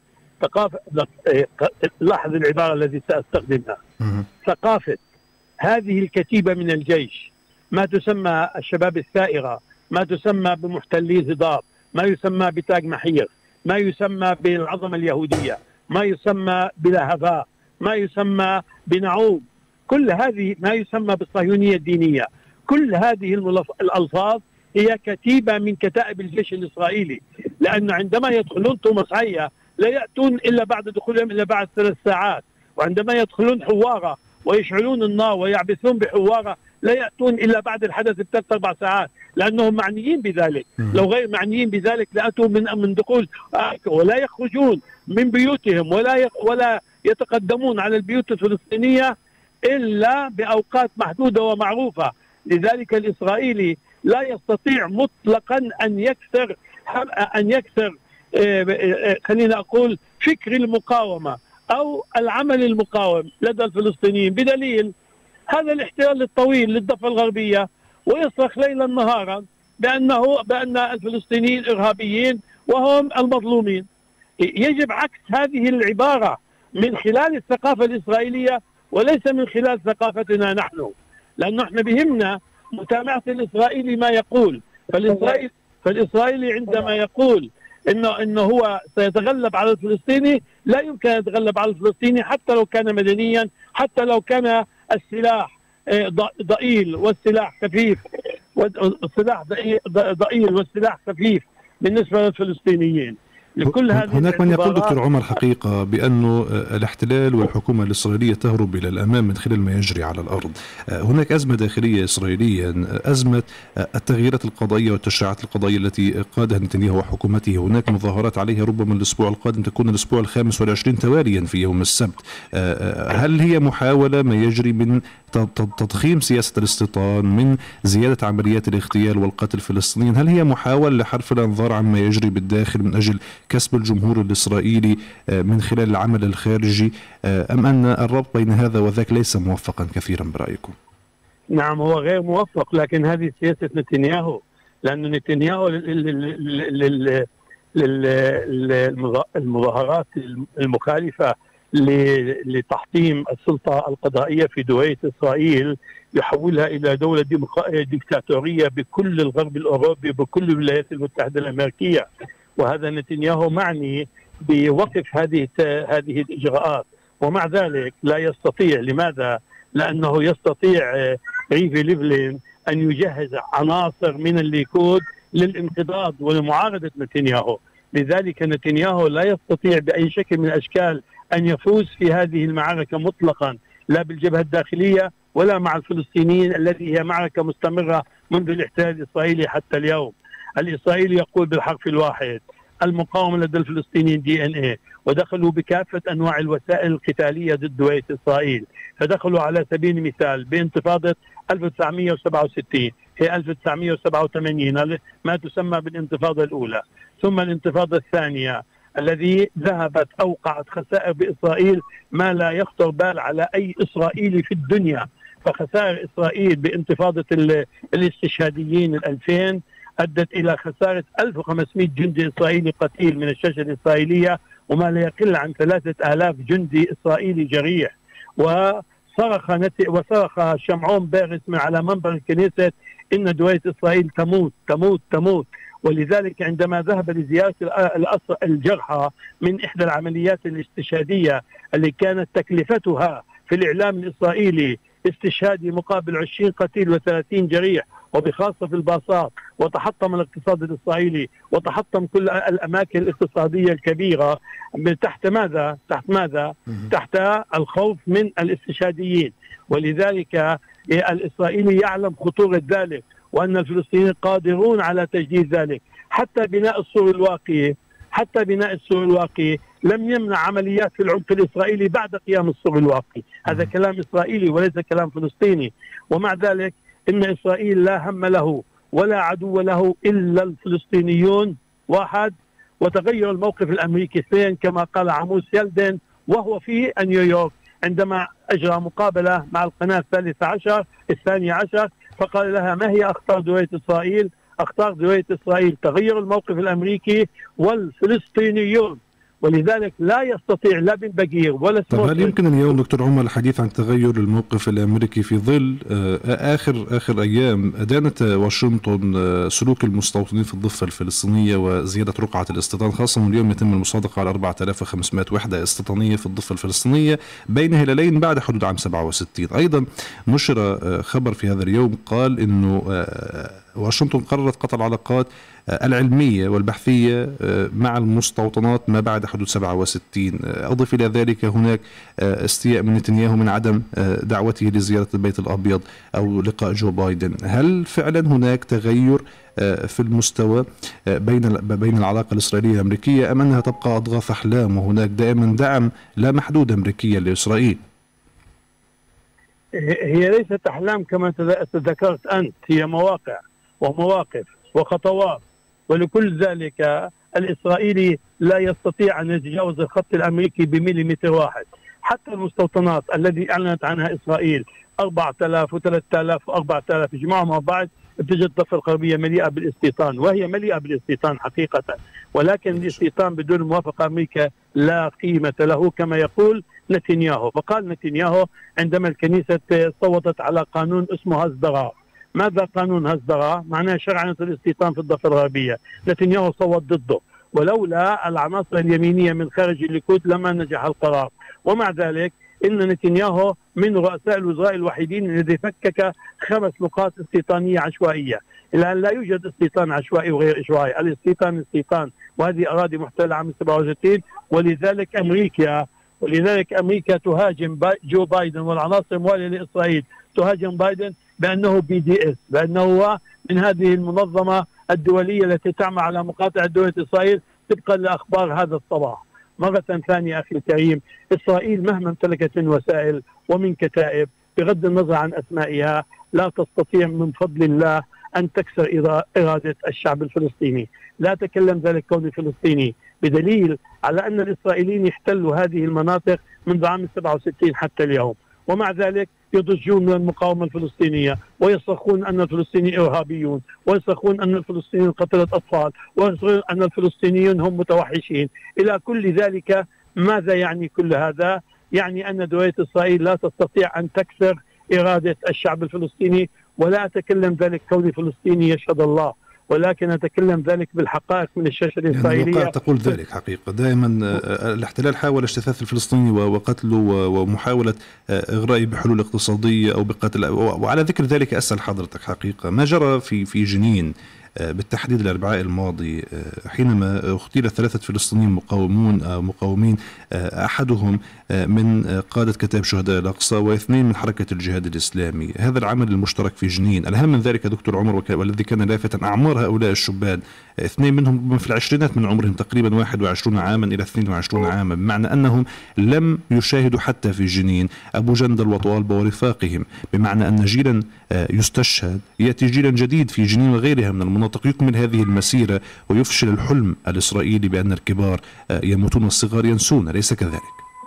Speaker 4: لاحظ العبارة التي سأستخدمها. ثقافة هذه الكتيبة من الجيش، ما تسمى الشباب الثائرة، ما تسمى بمحتلي زضاب، ما يسمى بتاج محير، ما يسمى بالعظمة اليهودية، ما يسمى بلهفاء، ما يسمى بنعوم، كل هذه ما يسمى بالصهيونية الدينية، كل هذه الألفاظ هي كتيبة من كتائب الجيش الإسرائيلي. لأن عندما يدخلون ترمس عية لا يأتون إلا بعد دخولهم إلا بعد 3 ساعات، وعندما يدخلون حوارة ويشعلون النار ويعبثون بحوارة لا يأتون إلا بعد الحدث ب3-4 ساعات، لأنهم معنيين بذلك. لو غير معنيين بذلك لأتوا من دخول ولا يخرجون من بيوتهم ولا يتقدمون على البيوت الفلسطينية إلا بأوقات محدودة ومعروفة. لذلك الإسرائيلي لا يستطيع مطلقا أن يكسر خلينا أقول فكر المقاومة أو العمل المقاوم لدى الفلسطينيين، بدليل هذا الاحتلال الطويل للضفة الغربية ويصرخ ليلا نهارا بأن الفلسطينيين إرهابيين وهم المظلومين. يجب عكس هذه العبارة من خلال الثقافة الإسرائيلية وليس من خلال ثقافتنا نحن، لأنه احنا بهمنا متابعة الإسرائيلي ما يقول. فالإسرائيلي عندما يقول إنه هو سيتغلب على الفلسطيني، لا يمكن أن يتغلب على الفلسطيني حتى لو كان مدنيا، حتى لو كان السلاح ضئيل والسلاح خفيف، والسلاح ضئيل والسلاح خفيف بالنسبة للفلسطينيين. لكل هذه
Speaker 2: هناك من يقول دكتور عمر حقيقة بأنه الاحتلال والحكومة الإسرائيلية تهرب إلى الأمام من خلال ما يجري على الأرض. هناك أزمة داخلية إسرائيلية، أزمة التغييرات القضائية والتشريعات القضائية التي قادها نتنياهو وحكومته. هناك مظاهرات عليها ربما الأسبوع القادم تكون الأسبوع الخامس والعشرين تواليا في يوم السبت. هل هي محاولة ما يجري من تضخيم سياسة الاستيطان، من زيادة عمليات الاغتيال والقتل الفلسطينيين؟ هل هي محاولة لحرف الأنظار عما يجري بالداخل من أجل كسب الجمهور الإسرائيلي من خلال العمل الخارجي، أم أن الربط بين هذا وذاك ليس موفقا كثيرا برأيكم؟
Speaker 4: نعم، هو غير موفق، لكن هذه سياسة نتنياهو، لأن نتنياهو المظاهرات المخالفة لتحطيم السلطة القضائية في دويلة إسرائيل يحولها إلى دولة ديكتاتورية بكل الغرب الأوروبي، بكل الولايات المتحدة الأمريكية. وهذا نتنياهو معني بوقف هذه الإجراءات، ومع ذلك لا يستطيع. لماذا؟ لأنه يستطيع ريفي ليفلين أن يجهز عناصر من الليكود للانقضاض ولمعارضة نتنياهو. لذلك نتنياهو لا يستطيع بأي شكل من الأشكال أن يفوز في هذه المعركة مطلقا، لا بالجبهة الداخلية ولا مع الفلسطينيين التي هي معركة مستمرة منذ الاحتلال الإسرائيلي حتى اليوم. الإسرائيلي يقول بالحرف الواحد: المقاومة لدى الفلسطينيين DNA، ودخلوا بكافة أنواع الوسائل القتالية ضد دويلة إسرائيل. فدخلوا على سبيل المثال بانتفاضة 1967، هي 1987 ما تسمى بالانتفاضة الأولى، ثم الانتفاضة الثانية الذي ذهبت أوقعت خسائر بإسرائيل ما لا يخطر بال على أي إسرائيلي في الدنيا. فخسائر إسرائيل بانتفاضة الاستشهاديين 2000 أدت إلى خسارة 1500 جندي إسرائيلي قتيل من الشاشة الإسرائيلية، وما لا يقل عن 3000 جندي إسرائيلي جريح. وصرخ شمعون بيرس من على منبر الكنيسة إن دويلة إسرائيل تموت تموت تموت. ولذلك عندما ذهب لزيارة الجرحى من إحدى العمليات الاستشهادية اللي كانت تكلفتها في الإعلام الإسرائيلي استشهادي مقابل 20 قتيل و30 جريح، وبخاصة في الباصات، وتحطم الاقتصاد الإسرائيلي وتحطم كل الأماكن الاقتصادية الكبيرة. تحت ماذا؟ تحت الخوف من الاستشهاديين. ولذلك الإسرائيلي يعلم خطورة ذلك، وأن الفلسطينيين قادرون على تجديد ذلك. حتى بناء السور الواقي لم يمنع عمليات في العمق الإسرائيلي بعد قيام السور الواقي. هذا كلام إسرائيلي وليس كلام فلسطيني. ومع ذلك إن إسرائيل لا هم له ولا عدو له إلا الفلسطينيون، واحد، وتغير الموقف الأمريكي، اثنين، كما قال عموس يلدن وهو في نيويورك عندما أجرى مقابلة مع القناة الثانية عشر، فقال لها: ما هي أخطار دويلة إسرائيل؟ أخطار دويلة إسرائيل تغير الموقف الأمريكي والفلسطينيون. ولذلك لا يستطيع لا بن بكير ولا سموتريتش.
Speaker 2: هل يمكن اليوم دكتور عمر الحديث عن تغير الموقف الأمريكي في ظل آخر أيام أدانت واشنطن سلوك المستوطنين في الضفة الفلسطينية وزيادة رقعة الاستيطان، خاصة اليوم يتم المصادقة على 4500 وحدة استيطانية في الضفة الفلسطينية بين هلالين بعد حدود عام 67. أيضا نشر خبر في هذا اليوم قال إنه واشنطن قررت قطع العلاقات العلمية والبحثية مع المستوطنات ما بعد حدود 67. أضف إلى ذلك هناك استياء من نتنياهو من عدم دعوته لزيارة البيت الأبيض أو لقاء جو بايدن. هل فعلا هناك تغير في المستوى بين العلاقة الإسرائيلية الأمريكية، أم أنها تبقى أضغاث أحلام وهناك دائما دعم لا محدود أمريكيا لإسرائيل؟
Speaker 4: هي ليست أحلام كما تذكرت أنت، هي مواقع ومواقف وخطوات، ولكل ذلك الإسرائيلي لا يستطيع أن يتجاوز الخط الأمريكي بمليمتر واحد. حتى المستوطنات الذي أعلنت عنها إسرائيل 4000 و3000 و4000 يجمعوا مع بعض، بتجد الضفة الغربية مليئة بالاستيطان، وهي مليئة بالاستيطان حقيقة، ولكن الاستيطان بدون موافقة أمريكا لا قيمة له كما يقول نتنياهو. فقال نتنياهو عندما الكنيسة صوتت على قانون اسمه هزدرا. ماذا قانون هزدرا؟ معناه شرعنة الاستيطان في الضفة الغربية. نتنياهو صوت ضده، ولولا العناصر اليمينية من خارج الليكود لما نجح القرار. ومع ذلك إن نتنياهو من رؤساء الوزراء الوحيدين الذي فكك 5 نقاط استيطانية عشوائية. الآن لا يوجد استيطان عشوائي وغير عشوائي، الاستيطان استيطان، وهذه أراضي محتلة عام 67. ولذلك أمريكا تهاجم جو بايدن والعناصر الموالية لإسرائيل، تهاجم بايدن بأنه BDS، بأنه هو من هذه المنظمة الدولية التي تعمل على مقاطعة دولة إسرائيل طبقا لأخبار هذا الصباح. مرة ثانية أخي الكريم، إسرائيل مهما امتلكت من وسائل ومن كتائب بغض النظر عن أسمائها لا تستطيع من فضل الله أن تكسر إرادة الشعب الفلسطيني. لا أتكلم ذلك كوني فلسطيني، بدليل على أن الإسرائيليين احتلوا هذه المناطق منذ عام 67 حتى اليوم، ومع ذلك يضجون من المقاومة الفلسطينية ويصرخون أن الفلسطينيين إرهابيون، ويصرخون أن الفلسطينيين قتلت أطفال، ويصرخون أن الفلسطينيين هم متوحشين. إلى كل ذلك ماذا يعني كل هذا؟ يعني أن دولة إسرائيل لا تستطيع أن تكسر إرادة الشعب الفلسطيني. ولا أتكلم ذلك كوني فلسطيني يشهد الله، ولكن أتكلم ذلك بالحقائق من الشاشة الإسرائيلية.
Speaker 2: يعني تقول ذلك حقيقة. دائما الاحتلال حاول اجتثاث الفلسطيني وقتله ومحاولة إغرائه بحلول اقتصادية أو بقتل. وعلى ذكر ذلك أسأل حضرتك حقيقة ما جرى في جنين بالتحديد الأربعاء الماضي حينما اغتيل 3 فلسطينيين مقاومين، أحدهم من قادة كتائب شهداء الأقصى و2 من حركة الجهاد الإسلامي. هذا العمل المشترك في جنين. الأهم من ذلك دكتور عمر والذي كان لافتا أعمار هؤلاء الشبان، 2 منهم في العشرينات من عمرهم، تقريبا 21 عاما إلى 22 عاما، بمعنى أنهم لم يشاهدوا حتى في جنين أبو جندل وطوالبة ورفاقهم، بمعنى أن جيلا يستشهد يأتي جيلا جديد في جنين وغيرها من المناطق يكمل هذه المسيرة ويفشل الحلم الإسرائيلي بأن الكبار يموتون والصغار ينسون، أليس كذلك؟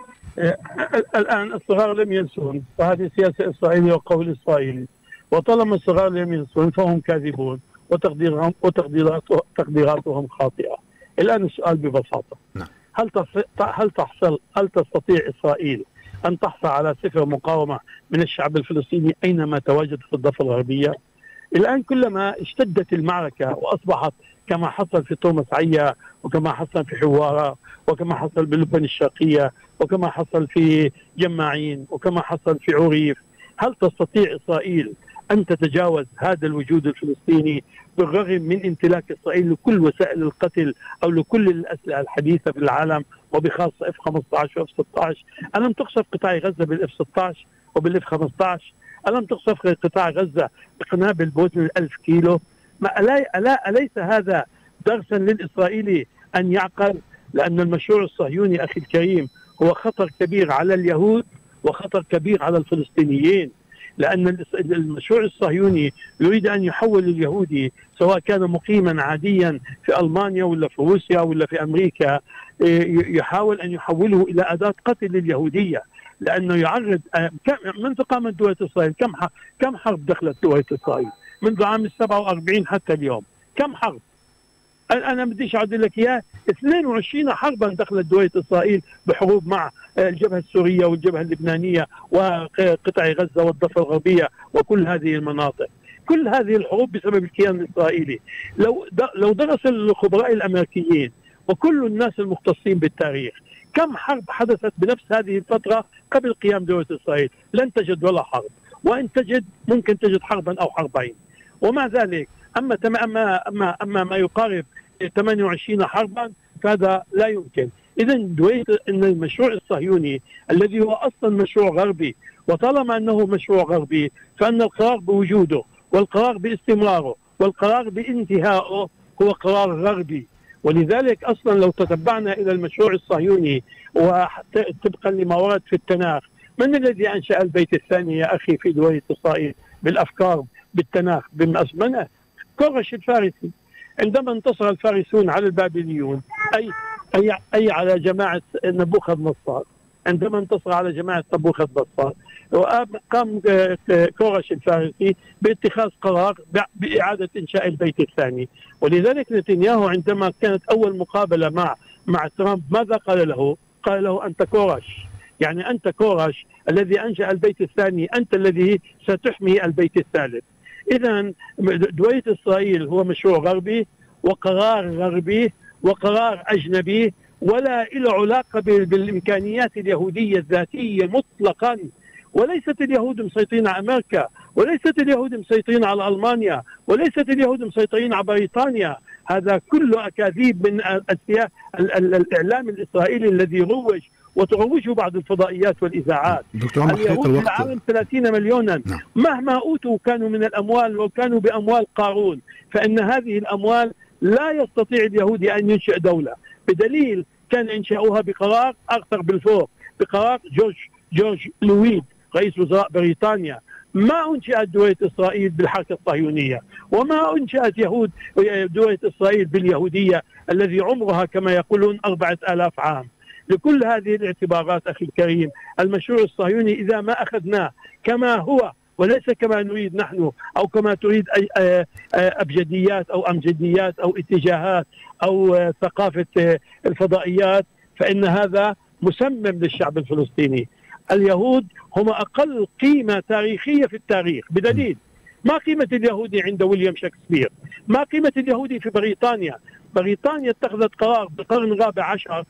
Speaker 4: الآن الصغار لم ينسون، وهذه سياسة إسرائيلية وقول إسرائيلي، وطالما الصغار لم ينسون فهم كاذبون وتقديراتهم خاطئة. الآن السؤال ببساطة، هل تستطيع إسرائيل أن تحصل على صفر مقاومة من الشعب الفلسطيني أينما تواجد في الضفة الغربية؟ الآن كلما اشتدت المعركة وأصبحت كما حصل في طومس عيا، وكما حصل في حوارة، وكما حصل بلبنان الشرقية، وكما حصل في جماعين، وكما حصل في عريف، هل تستطيع إسرائيل أن تتجاوز هذا الوجود الفلسطيني بالرغم من امتلاك إسرائيل لكل وسائل القتل أو لكل الأسلحة الحديثة في العالم، وبخاصة F-15 وF-16؟ ألم تقصف قطاع غزة بالF-16 وبالF-15؟ ألم تقصف قطاع غزة بقنابل بوزن 1000 كيلو؟ أليس هذا درسا للإسرائيلي أن يعقل؟ لأن المشروع الصهيوني أخي الكريم هو خطر كبير على اليهود وخطر كبير على الفلسطينيين، لأن المشروع الصهيوني يريد أن يحول اليهودي سواء كان مقيما عاديا في ألمانيا ولا في روسيا ولا في أمريكا، يحاول أن يحوله إلى أداة قتل لليهودية، لأنه يعرض منذ قامت دولة إسرائيل كم حرب دخلت دولة إسرائيل منذ عام 47 حتى اليوم؟ كم حرب؟ أنا بديش أعد لك إياه، 22 حربا دخلت دولة إسرائيل بحروب مع الجبهة السورية والجبهة اللبنانية وقطاع غزة والضفة الغربية وكل هذه المناطق. كل هذه الحروب بسبب الكيان الإسرائيلي. لو درس الخبراء الأمريكيين وكل الناس المختصين بالتاريخ كم حرب حدثت بنفس هذه الفترة قبل قيام دولة إسرائيل، لن تجد ولا حرب، وإن تجد ممكن تجد حربا أو حربين. ومع ذلك أما ما يقارب 28 حربا فهذا لا يمكن. إذن أن المشروع الصهيوني الذي هو أصلا مشروع غربي، وطالما أنه مشروع غربي فأن القرار بوجوده والقرار باستمراره والقرار بانتهائه هو قرار غربي. ولذلك أصلا لو تتبعنا إلى المشروع الصهيوني وطبقا لما ورد في التناخ من الذي أنشأ البيت الثاني يا أخي في دولة إسرائيل بالأفكار بالتناخ بالمأسمنة؟ كورش الفارسي. عندما انتصر الفارسون على البابليون أي على جماعة نبوخذ نصر، عندما انتصر على جماعة نبوخذ نصر قام كورش الفارسي باتخاذ قرار بإعادة إنشاء البيت الثاني. ولذلك نتنياهو عندما كانت أول مقابلة مع ترامب ماذا قال له؟ قال له أنت كورش، يعني أنت كورش الذي أنشأ البيت الثاني، أنت الذي ستحمي البيت الثالث. إذا دولة إسرائيل هو مشروع غربي وقرار غربي وقرار أجنبي، ولا له علاقة بالإمكانيات اليهودية الذاتية مطلقا. وليست اليهود مسيطرين على أمريكا، وليست اليهود مسيطرين على ألمانيا، وليست اليهود مسيطرين على بريطانيا. هذا كله أكاذيب من الإعلام الإسرائيلي الذي روج وتروجه بعض الفضائيات والإذاعات. اليهود في العالم 30 مليونا، مهما أوتوا كانوا من الأموال وكانوا بأموال قارون، فإن هذه الأموال لا يستطيع اليهود أن ينشئ دولة، بدليل كان إنشاؤها بقرار أرثر بلفور، بقرار جورج لويد رئيس وزراء بريطانيا. ما أنشأت دولة إسرائيل بالحركة الصهيونية، وما أنشأت دولة إسرائيل باليهودية الذي عمرها كما يقولون 4000 عام. لكل هذه الاعتبارات أخي الكريم، المشروع الصهيوني إذا ما أخذناه كما هو وليس كما نريد نحن أو كما تريد أبجديات أو أمجديات أو اتجاهات أو ثقافة الفضائيات، فإن هذا مسمم للشعب الفلسطيني. اليهود هم أقل قيمة تاريخية في التاريخ، بدليل ما قيمة اليهودي عند ويليام شكسبير، ما قيمة اليهودي في بريطانيا. بريطانيا اتخذت قرار بالقرن الرابع عشر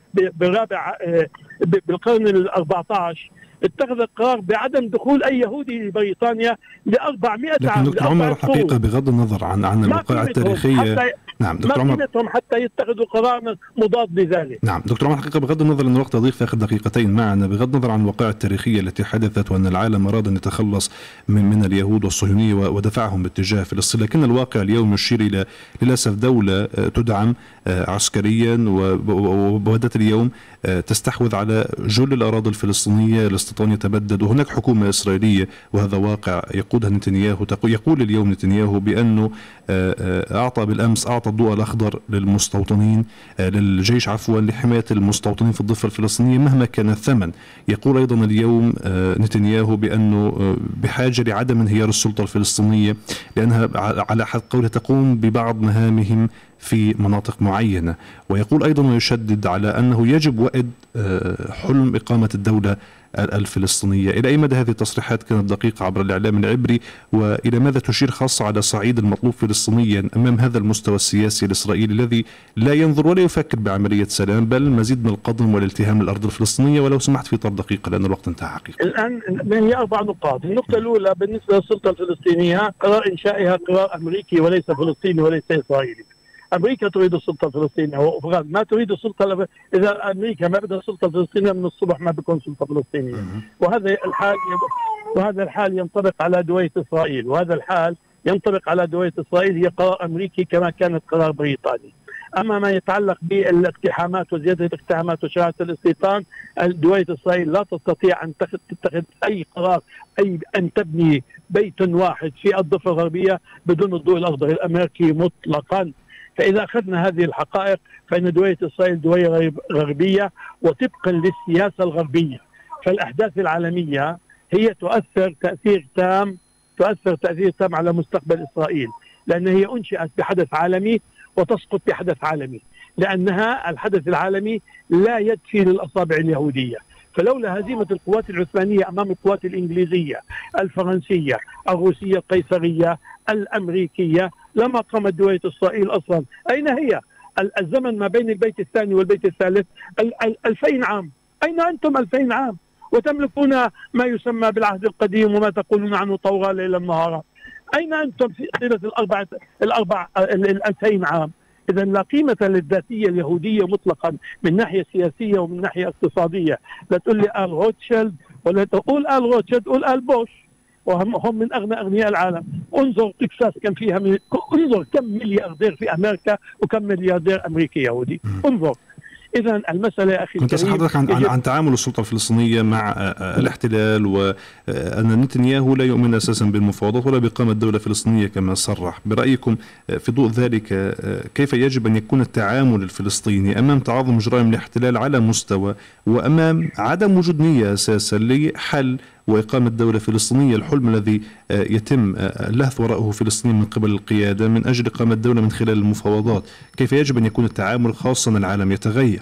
Speaker 4: بالقرن ال14 اتخذت قرار بعدم دخول أي يهودي لبريطانيا ل400 عام.
Speaker 2: دكتور عمر حقيقة بغض النظر عن الوقائع التاريخية، نعم دكتور عمر،
Speaker 4: حتى يتخذوا قرارا مضاد لذلك.
Speaker 2: نعم دكتور عمر حقيقة بغض النظر أن الوقت ضيق آخر دقيقتين معنا، بغض النظر عن الوقائع التاريخية التي حدثت وأن العالم أراد أن يتخلص من اليهود والصهيونية ودفعهم باتجاه فلسطين، لكن الواقع اليوم يشير إلى للأسف دولة تدعم عسكريا وبدأت اليوم تستحوذ على جل الأراضي الفلسطينية لاستطاع يتبدد، وهناك حكومة إسرائيلية وهذا واقع يقودها نتنياهو. يقول اليوم نتنياهو بأنه أعطى بالأمس الضوء الأخضر للمستوطنين للجيش لحماية المستوطنين في الضفة الفلسطينية مهما كان الثمن. يقول أيضا اليوم نتنياهو بأنه بحاجة لعدم انهيار السلطة الفلسطينية لأنها على حد قوله تقوم ببعض مهامهم في مناطق معينة. ويقول أيضا ويشدد على أنه يجب وئد حلم إقامة الدولة الفلسطينية. إلى أي مدى هذه التصريحات كانت دقيقة عبر الإعلام العبري، وإلى ماذا تشير خاصة على صعيد المطلوب فلسطينيا أمام هذا المستوى السياسي الإسرائيلي الذي لا ينظر ولا يفكر بعملية سلام بل مزيد من القضم والالتهام للأرض الفلسطينية؟ ولو سمحت في طر دقيقة لأن الوقت انتهى حقيقة.
Speaker 4: الآن هي 4 نقاط. النقطة الأولى بالنسبة للسلطة الفلسطينية، قرار إنشائها قرار أمريكي وليس فلسطيني وليس إسرائيلي. أمريكا تريد السلطة الفلسطينية وأفغان ما تريد السلطة. إذا أمريكا ما بدها السلطة الفلسطينية من الصبح ما بيكون سلطة فلسطينية. وهذا الحال ينطبق على دولة إسرائيل، وهذا الحال ينطبق على دولة إسرائيل هي قرار أمريكي كما كانت قرار بريطاني. أما ما يتعلق بالاقتحامات وزيادة الاقتحامات وشراء الاستيطان، دولة إسرائيل لا تستطيع أن تتخذ أي قرار أي أن تبني بيت واحد في الضفة الغربية بدون الضوء الأخضر الأمريكي مطلقا. فإذا أخذنا هذه الحقائق فإن دولة إسرائيل دولة غربية وطبقا للسياسة الغربية، فالأحداث العالمية هي تؤثر تأثير تام على مستقبل إسرائيل، لأن هي أنشئت بحدث عالمي وتسقط بحدث عالمي، لأنها الحدث العالمي لا يكفي للأصابع اليهودية. فلولا هزيمة القوات العثمانية أمام القوات الإنجليزية الفرنسية الروسية القيصرية الأمريكية لما قامت دولة إسرائيل أصلا. أين هي؟ الزمن ما بين البيت الثاني والبيت الثالث 2000 عام. أين أنتم 2000 عام وتملكون ما يسمى بالعهد القديم وما تقولون عنه طوال ليلا نهارا؟ أين أنتم في خلال الأربع 2000 عام؟ إذا لا قيمة للذاتية اليهودية مطلقا من ناحية سياسية ومن ناحية اقتصادية. لا تقول لي آل روتشيلد ولا تقول آل روتشيلد، قول آل بوش، وهم من أغنى أغنياء العالم. انظر تكساس كم فيها انظر كم ملياردير في أمريكا وكم ملياردير أمريكي يهودي. انظر إذا المسألة يا أخي
Speaker 2: كنت أسأل حضرتك عن تعامل السلطة الفلسطينية مع الاحتلال، وأن نتنياهو لا يؤمن أساسا بالمفاوضات ولا بإقامة دولة فلسطينية كما صرح. برأيكم في ضوء ذلك كيف يجب أن يكون التعامل الفلسطيني أمام تعاظم جرائم الاحتلال على مستوى، وأمام عدم وجود نية أساسا لحل وإقامة دولة فلسطينية، الحلم الذي يتم اللهث وراءه فلسطين من قبل القيادة من أجل إقامة دولة من خلال المفاوضات؟ كيف يجب أن يكون التعامل خاصة العالم يتغير؟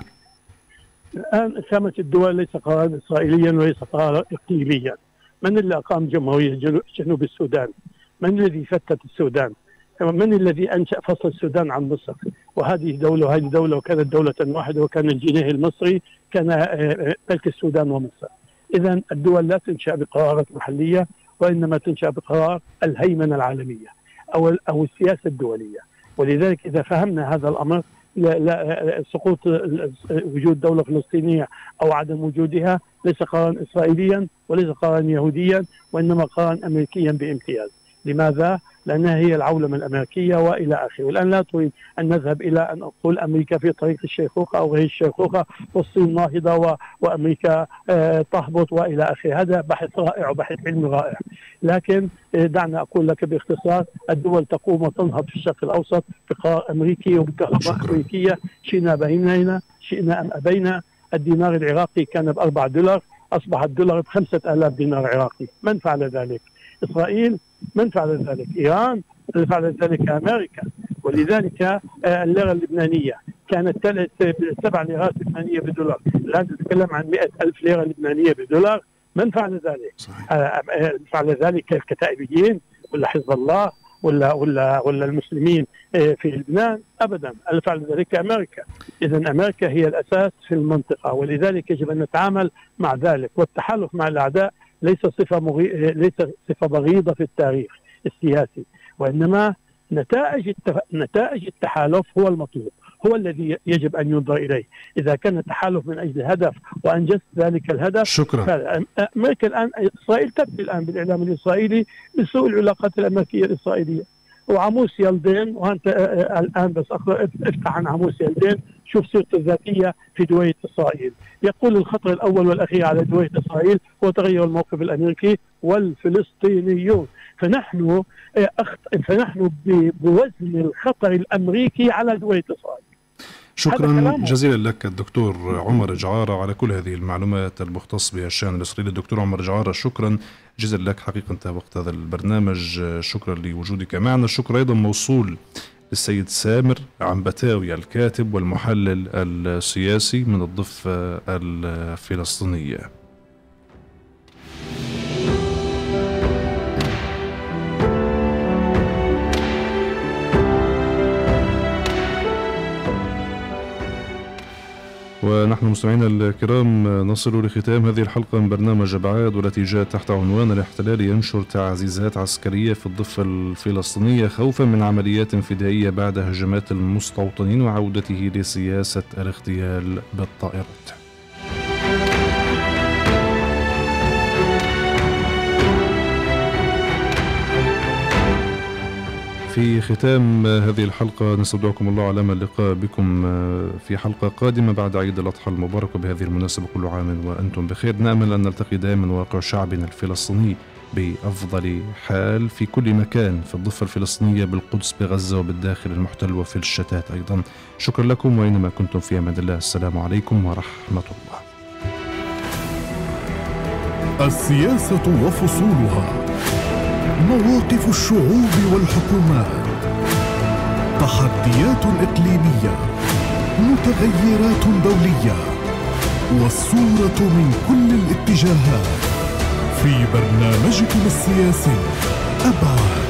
Speaker 4: الآن إقامة الدول ليس قرارا إسرائيليا وليس قرارا إقليميا. من اللي أقام جمهورية جنوب السودان؟ من الذي فتت السودان؟ من الذي أنشأ فصل السودان عن مصر؟ وهذه دولة وهذه دولة، وكانت دولة واحدة، وكان الجنيه المصري كان ملك السودان ومصر. إذا الدول لا تنشأ بقرارات محلية، وإنما تنشأ بقرار الهيمنة العالمية أو السياسة الدولية. ولذلك إذا فهمنا هذا الأمر، لا سقوط وجود دولة فلسطينية أو عدم وجودها ليس قرارا إسرائيليا وليس قرارا يهوديا، وإنما قرارا أمريكيا بامتياز. لماذا؟ لأنها هي العولمة الأمريكية وإلى آخره. والآن لا تريد أن نذهب إلى أن أقول أمريكا في طريق الشيخوخة أو غير الشيخوخة، والصين ناهضة وأمريكا تهبط وإلى آخره. هذا بحث رائع وبحث علمي رائع، لكن دعنا أقول لك باختصار: الدول تقوم وتنهض في الشرق الأوسط بقرار أمريكي وبكهرباء أمريكية، شئنا بيننا شئنا أم أبينا. الدينار العراقي كان $4، أصبح الدولار ب5,000 دينار عراقي. من فعل ذلك؟ إسرائيل؟ من فعل ذلك؟ إيران؟ من فعل ذلك؟ أمريكا. ولذلك الليرة اللبنانية كانت 7 ليرات لبنانية بدولار، الآن نتكلم عن 100,000 ليرة لبنانية بدولار. من فعل ذلك؟ فعل ذلك الكتائبيين ولا حزب الله ولا المسلمين في لبنان؟ أبدا. فعل ذلك أمريكا. إذن أمريكا هي الأساس في المنطقة، ولذلك يجب أن نتعامل مع ذلك. والتحالف مع الأعداء ليس صفة بغيضة في التاريخ السياسي، وإنما نتائج التحالف هو المطلوب، هو الذي يجب أن ينظر إليه. إذا كان التحالف من أجل هدف وأنجزت ذلك الهدف.
Speaker 2: شكرا.
Speaker 4: أمريكا الآن، إسرائيل تبدي الآن بالإعلام الإسرائيلي بسوء العلاقات الأمريكية الإسرائيلية. وعموس يلدين، وأنت الآن بس افتح عن عموس يلدين، شوف سيرته الذاتية في دوية إسرائيل. يقول الخطر الأول والأخير على دوية إسرائيل هو تغير الموقف الأمريكي والفلسطينيون. فنحن بوزن الخطر الأمريكي على دوية إسرائيل.
Speaker 2: شكرا جزيلا لك الدكتور عمر جعارة على كل هذه المعلومات المختصة بالشأن الإسرائيلي. الدكتور عمر جعارة، شكرا جزيلا لك حقيقة انت وقت هذا البرنامج. شكرا لوجودك معنا. الشكر أيضا موصول للسيد سامر عنبتاوي الكاتب والمحلل السياسي من الضفة الفلسطينية. ونحن مستمعينا الكرام نصل لختام هذه الحلقة من برنامج أبعاد، والتي جاءت تحت عنوان الاحتلال ينشر تعزيزات عسكرية في الضفة الفلسطينية خوفا من عمليات فدائية بعد هجمات المستوطنين وعودته لسياسة الاغتيال بالطائرات. في ختام هذه الحلقة نستودعكم الله على أمل اللقاء بكم في حلقة قادمة بعد عيد الأضحى المبارك. وبهذه المناسبة كل عام وأنتم بخير. نأمل أن نلتقي دائما واقع شعبنا الفلسطيني بأفضل حال في كل مكان، في الضفة الفلسطينية، بالقدس، بغزة، وبالداخل المحتل، وفي الشتات أيضا. شكرا لكم وأينما كنتم في أمان الله. السلام عليكم ورحمة الله.
Speaker 1: السياسة وفصولها، مواقف الشعوب والحكومات، تحديات إقليمية، متغيرات دولية، والصورة من كل الاتجاهات في برنامجكم السياسي أبعاد.